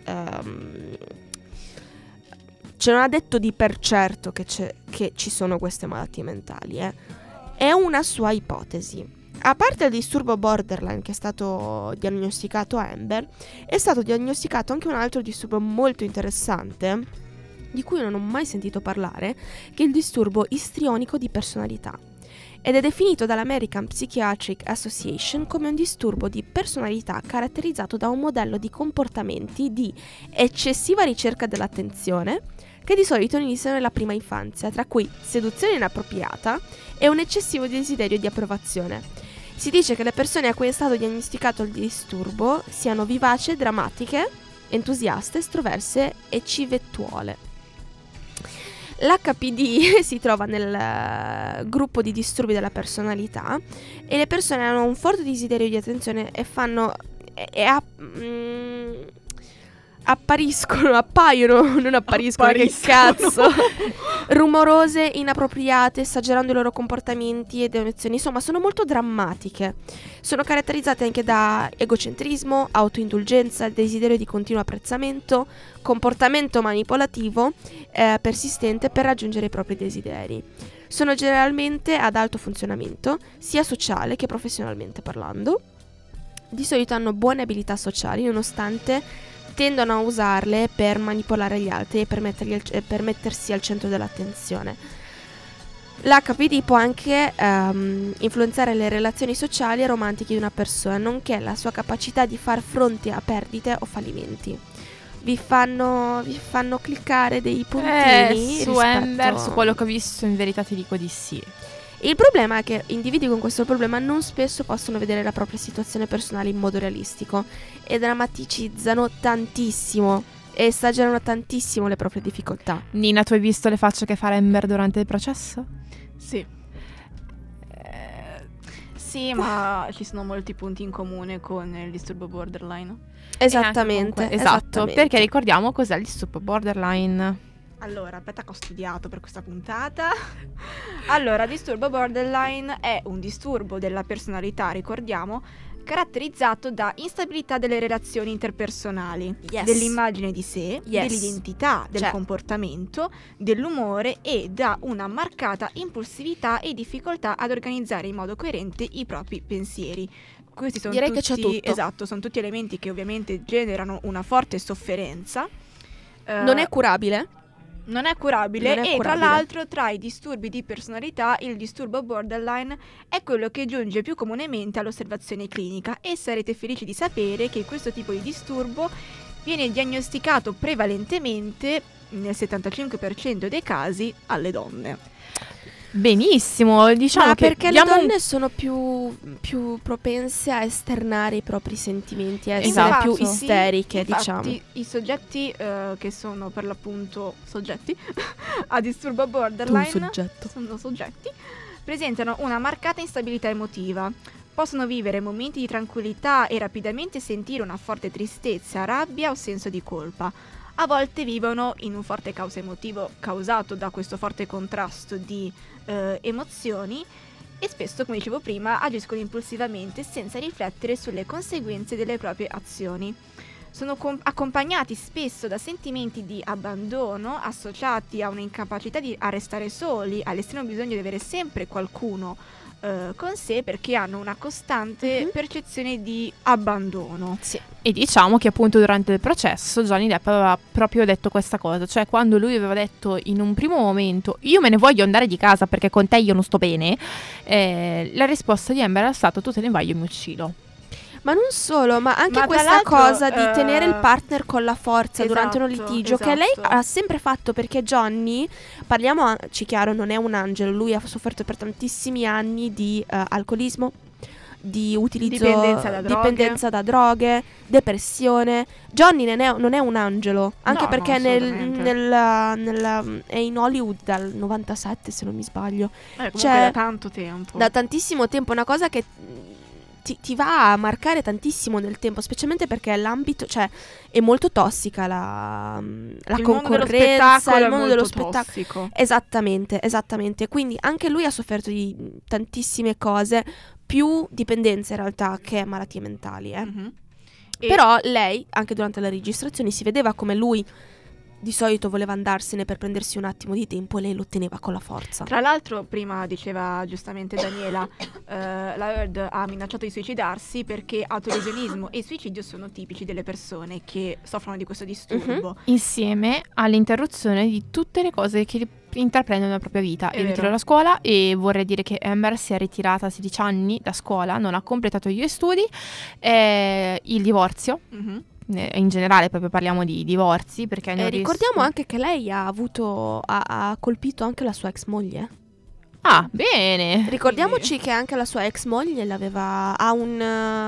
[SPEAKER 1] cioè non ha detto di per certo che ci sono queste malattie mentali. È una sua ipotesi. A parte il disturbo borderline che è stato diagnosticato a Amber, è stato diagnosticato anche un altro disturbo molto interessante, di cui non ho mai sentito parlare, che è il disturbo istrionico di personalità. Ed è definito dall'American Psychiatric Association come un disturbo di personalità caratterizzato da un modello di comportamenti di eccessiva ricerca dell'attenzione, che di solito iniziano nella prima infanzia, tra cui seduzione inappropriata e un eccessivo desiderio di approvazione. Si dice che le persone a cui è stato diagnosticato il disturbo siano vivaci, drammatiche, entusiaste, estroverse e civettuole. L'HPD si trova nel gruppo di disturbi della personalità e le persone hanno un forte desiderio di attenzione e che cazzo, rumorose, inappropriate, esagerando i loro comportamenti ed emozioni, insomma sono molto drammatiche. Sono caratterizzate anche da egocentrismo, autoindulgenza, desiderio di continuo apprezzamento, comportamento manipolativo persistente per raggiungere i propri desideri. Sono generalmente ad alto funzionamento, sia sociale che professionalmente parlando. Di solito hanno buone abilità sociali, nonostante tendono a usarle per manipolare gli altri e per mettersi al centro dell'attenzione. L'HPD può anche influenzare le relazioni sociali e romantiche di una persona, nonché la sua capacità di far fronte a perdite o fallimenti. Vi fanno cliccare dei puntini
[SPEAKER 3] su
[SPEAKER 1] rispetto-
[SPEAKER 3] Amber, su quello che ho visto, in verità ti dico di sì.
[SPEAKER 1] Il problema è che individui con questo problema non spesso possono vedere la propria situazione personale in modo realistico e drammaticizzano tantissimo e esagerano tantissimo le proprie difficoltà.
[SPEAKER 3] Nina, tu hai visto le facce che fa Amber durante il processo?
[SPEAKER 4] Sì. Sì, ma ci sono molti punti in comune con il disturbo borderline.
[SPEAKER 1] Esattamente,
[SPEAKER 3] Esatto,
[SPEAKER 1] esattamente.
[SPEAKER 3] perché ricordiamo cos'è il disturbo borderline.
[SPEAKER 4] Allora, aspetta che ho studiato per questa puntata. Allora, disturbo borderline è un disturbo della personalità, ricordiamo, caratterizzato da instabilità delle relazioni interpersonali,
[SPEAKER 1] Yes.
[SPEAKER 4] dell'immagine di sé,
[SPEAKER 1] Yes.
[SPEAKER 4] dell'identità, del
[SPEAKER 1] Cioè.
[SPEAKER 4] comportamento, dell'umore e da una marcata impulsività e difficoltà ad organizzare in modo coerente i propri pensieri. Questi sono
[SPEAKER 1] Direi che
[SPEAKER 4] tutti,
[SPEAKER 1] c'è tutto.
[SPEAKER 4] esatto, sono tutti elementi che ovviamente generano una forte sofferenza.
[SPEAKER 1] Non è curabile?
[SPEAKER 4] Non è curabile
[SPEAKER 1] Non è
[SPEAKER 4] e tra
[SPEAKER 1] curabile.
[SPEAKER 4] l'altro tra i disturbi di personalità il disturbo borderline è quello che giunge più comunemente all'osservazione clinica e sarete felici di sapere che questo tipo di disturbo viene diagnosticato prevalentemente nel 75% dei casi alle donne.
[SPEAKER 3] Benissimo, diciamo
[SPEAKER 1] Ma
[SPEAKER 3] che
[SPEAKER 1] perché le
[SPEAKER 3] diamo un-
[SPEAKER 1] donne sono più propense a esternare i propri sentimenti, a essere
[SPEAKER 3] Esatto.
[SPEAKER 1] più isteriche,
[SPEAKER 4] Infatti,
[SPEAKER 1] diciamo.
[SPEAKER 4] i soggetti che sono per l'appunto soggetti a disturbo borderline sono soggetti, presentano una marcata instabilità emotiva. Possono vivere momenti di tranquillità e rapidamente sentire una forte tristezza, rabbia o senso di colpa. A volte vivono in un forte caos emotivo causato da questo forte contrasto di emozioni e spesso, come dicevo prima, agiscono impulsivamente senza riflettere sulle conseguenze delle proprie azioni. Sono accompagnati spesso da sentimenti di abbandono associati a un'incapacità a restare soli, all'estremo bisogno di avere sempre qualcuno con sé perché hanno una costante percezione di abbandono.
[SPEAKER 1] Sì.
[SPEAKER 3] E diciamo che appunto durante il processo Johnny Depp aveva proprio detto questa cosa, cioè quando lui aveva detto in un primo momento io me ne voglio andare di casa perché con te io non sto bene, la risposta di Amber era stata tu te ne vai io mi uccido.
[SPEAKER 1] Ma non solo, ma anche
[SPEAKER 4] Ma tra
[SPEAKER 1] questa
[SPEAKER 4] l'altro,
[SPEAKER 1] cosa di tenere il partner con la forza durante un
[SPEAKER 4] esatto,
[SPEAKER 1] litigio, che lei
[SPEAKER 4] esatto.
[SPEAKER 1] ha sempre fatto, perché Johnny, parliamoci chiaro, non è un angelo, lui ha sofferto per tantissimi anni di alcolismo, di utilizzo, dipendenza da droghe, depressione. Johnny non è un angelo, anche
[SPEAKER 4] No,
[SPEAKER 1] perché
[SPEAKER 4] no, assolutamente.
[SPEAKER 1] è in Hollywood dal 97 se non mi sbaglio,
[SPEAKER 4] Comunque
[SPEAKER 1] Cioè,
[SPEAKER 4] da tanto tempo.
[SPEAKER 1] da tantissimo tempo, una cosa che ti va a marcare tantissimo nel tempo, specialmente perché l'ambito, cioè è molto tossica la concorrenza, il mondo dello spettacolo.
[SPEAKER 4] Tossico.
[SPEAKER 1] Esattamente. Quindi anche lui ha sofferto di tantissime cose, più dipendenze in realtà che malattie mentali.
[SPEAKER 4] Mhm. E-
[SPEAKER 1] Però lei, anche durante le registrazioni, si vedeva come lui di solito voleva andarsene per prendersi un attimo di tempo e lei lo teneva con la forza.
[SPEAKER 4] Tra l'altro, prima diceva giustamente Daniela, la Heard ha minacciato di suicidarsi perché autolesionismo e suicidio sono tipici delle persone che soffrono di questo disturbo.
[SPEAKER 3] Insieme all'interruzione di tutte le cose che intraprendono nella propria vita.
[SPEAKER 4] È
[SPEAKER 3] Il ritiro
[SPEAKER 4] vero.
[SPEAKER 3] dalla scuola, e vorrei dire che Amber si è ritirata a 16 anni da scuola, non ha completato gli studi, il divorzio.
[SPEAKER 4] Mhm.
[SPEAKER 3] In generale proprio parliamo di divorzi perché
[SPEAKER 1] Ricordiamo anche che lei ha colpito anche la sua ex moglie.
[SPEAKER 3] Ah, bene.
[SPEAKER 1] Ricordiamoci che anche la sua ex moglie ha un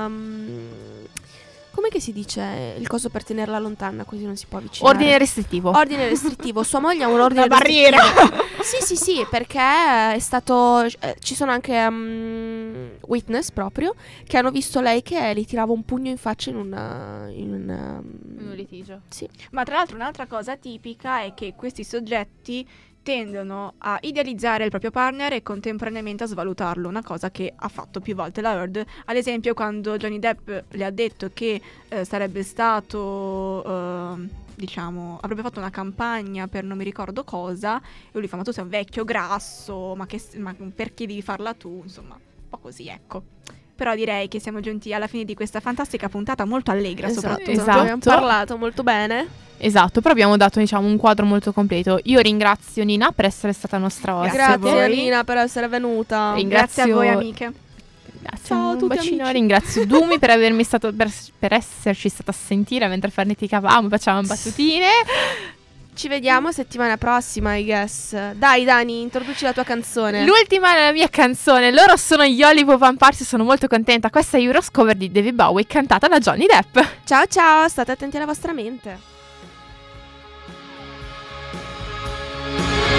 [SPEAKER 1] come che si dice il coso per tenerla lontana così non si può avvicinare.
[SPEAKER 3] Ordine restrittivo.
[SPEAKER 1] Ordine restrittivo. Sua moglie ha un ordine
[SPEAKER 4] La barriera.
[SPEAKER 1] restrittivo. Sì, perché è stato ci sono anche witness proprio che hanno visto lei che gli tirava un pugno in faccia in un
[SPEAKER 3] litigio.
[SPEAKER 1] Sì.
[SPEAKER 4] Ma tra l'altro un'altra cosa tipica è che questi soggetti tendono a idealizzare il proprio partner e contemporaneamente a svalutarlo, una cosa che ha fatto più volte la Heard. Ad esempio quando Johnny Depp le ha detto che sarebbe stato avrebbe fatto una campagna per non mi ricordo cosa, e lui fa ma tu sei un vecchio grasso, ma perché devi farla tu, insomma un po' così, ecco. Però direi che siamo giunti alla fine di questa fantastica puntata, molto allegra soprattutto.
[SPEAKER 3] Esatto.
[SPEAKER 1] Abbiamo parlato molto bene.
[SPEAKER 3] Esatto, però abbiamo dato diciamo un quadro molto completo. Io ringrazio Nina per essere stata nostra ospite.
[SPEAKER 4] Grazie a
[SPEAKER 1] Grazie
[SPEAKER 4] voi.
[SPEAKER 1] Nina per essere venuta.
[SPEAKER 3] Ringrazio-
[SPEAKER 4] Grazie a voi amiche.
[SPEAKER 3] Grazie,
[SPEAKER 1] Ciao a
[SPEAKER 3] un
[SPEAKER 1] tutti,
[SPEAKER 3] bacino.
[SPEAKER 1] amici.
[SPEAKER 3] Ringrazio Dumi per avermi stato per esserci stata a sentire mentre farneticavamo, facevamo battutine.
[SPEAKER 1] Ci vediamo settimana prossima, I guess. Dai Dani, introduci la tua canzone.
[SPEAKER 3] L'ultima è la mia canzone. Loro sono gli Hollywood Vampires. Sono molto contenta. Questa è Euros cover di David Bowie, cantata da Johnny Depp.
[SPEAKER 1] Ciao ciao, state attenti alla vostra mente.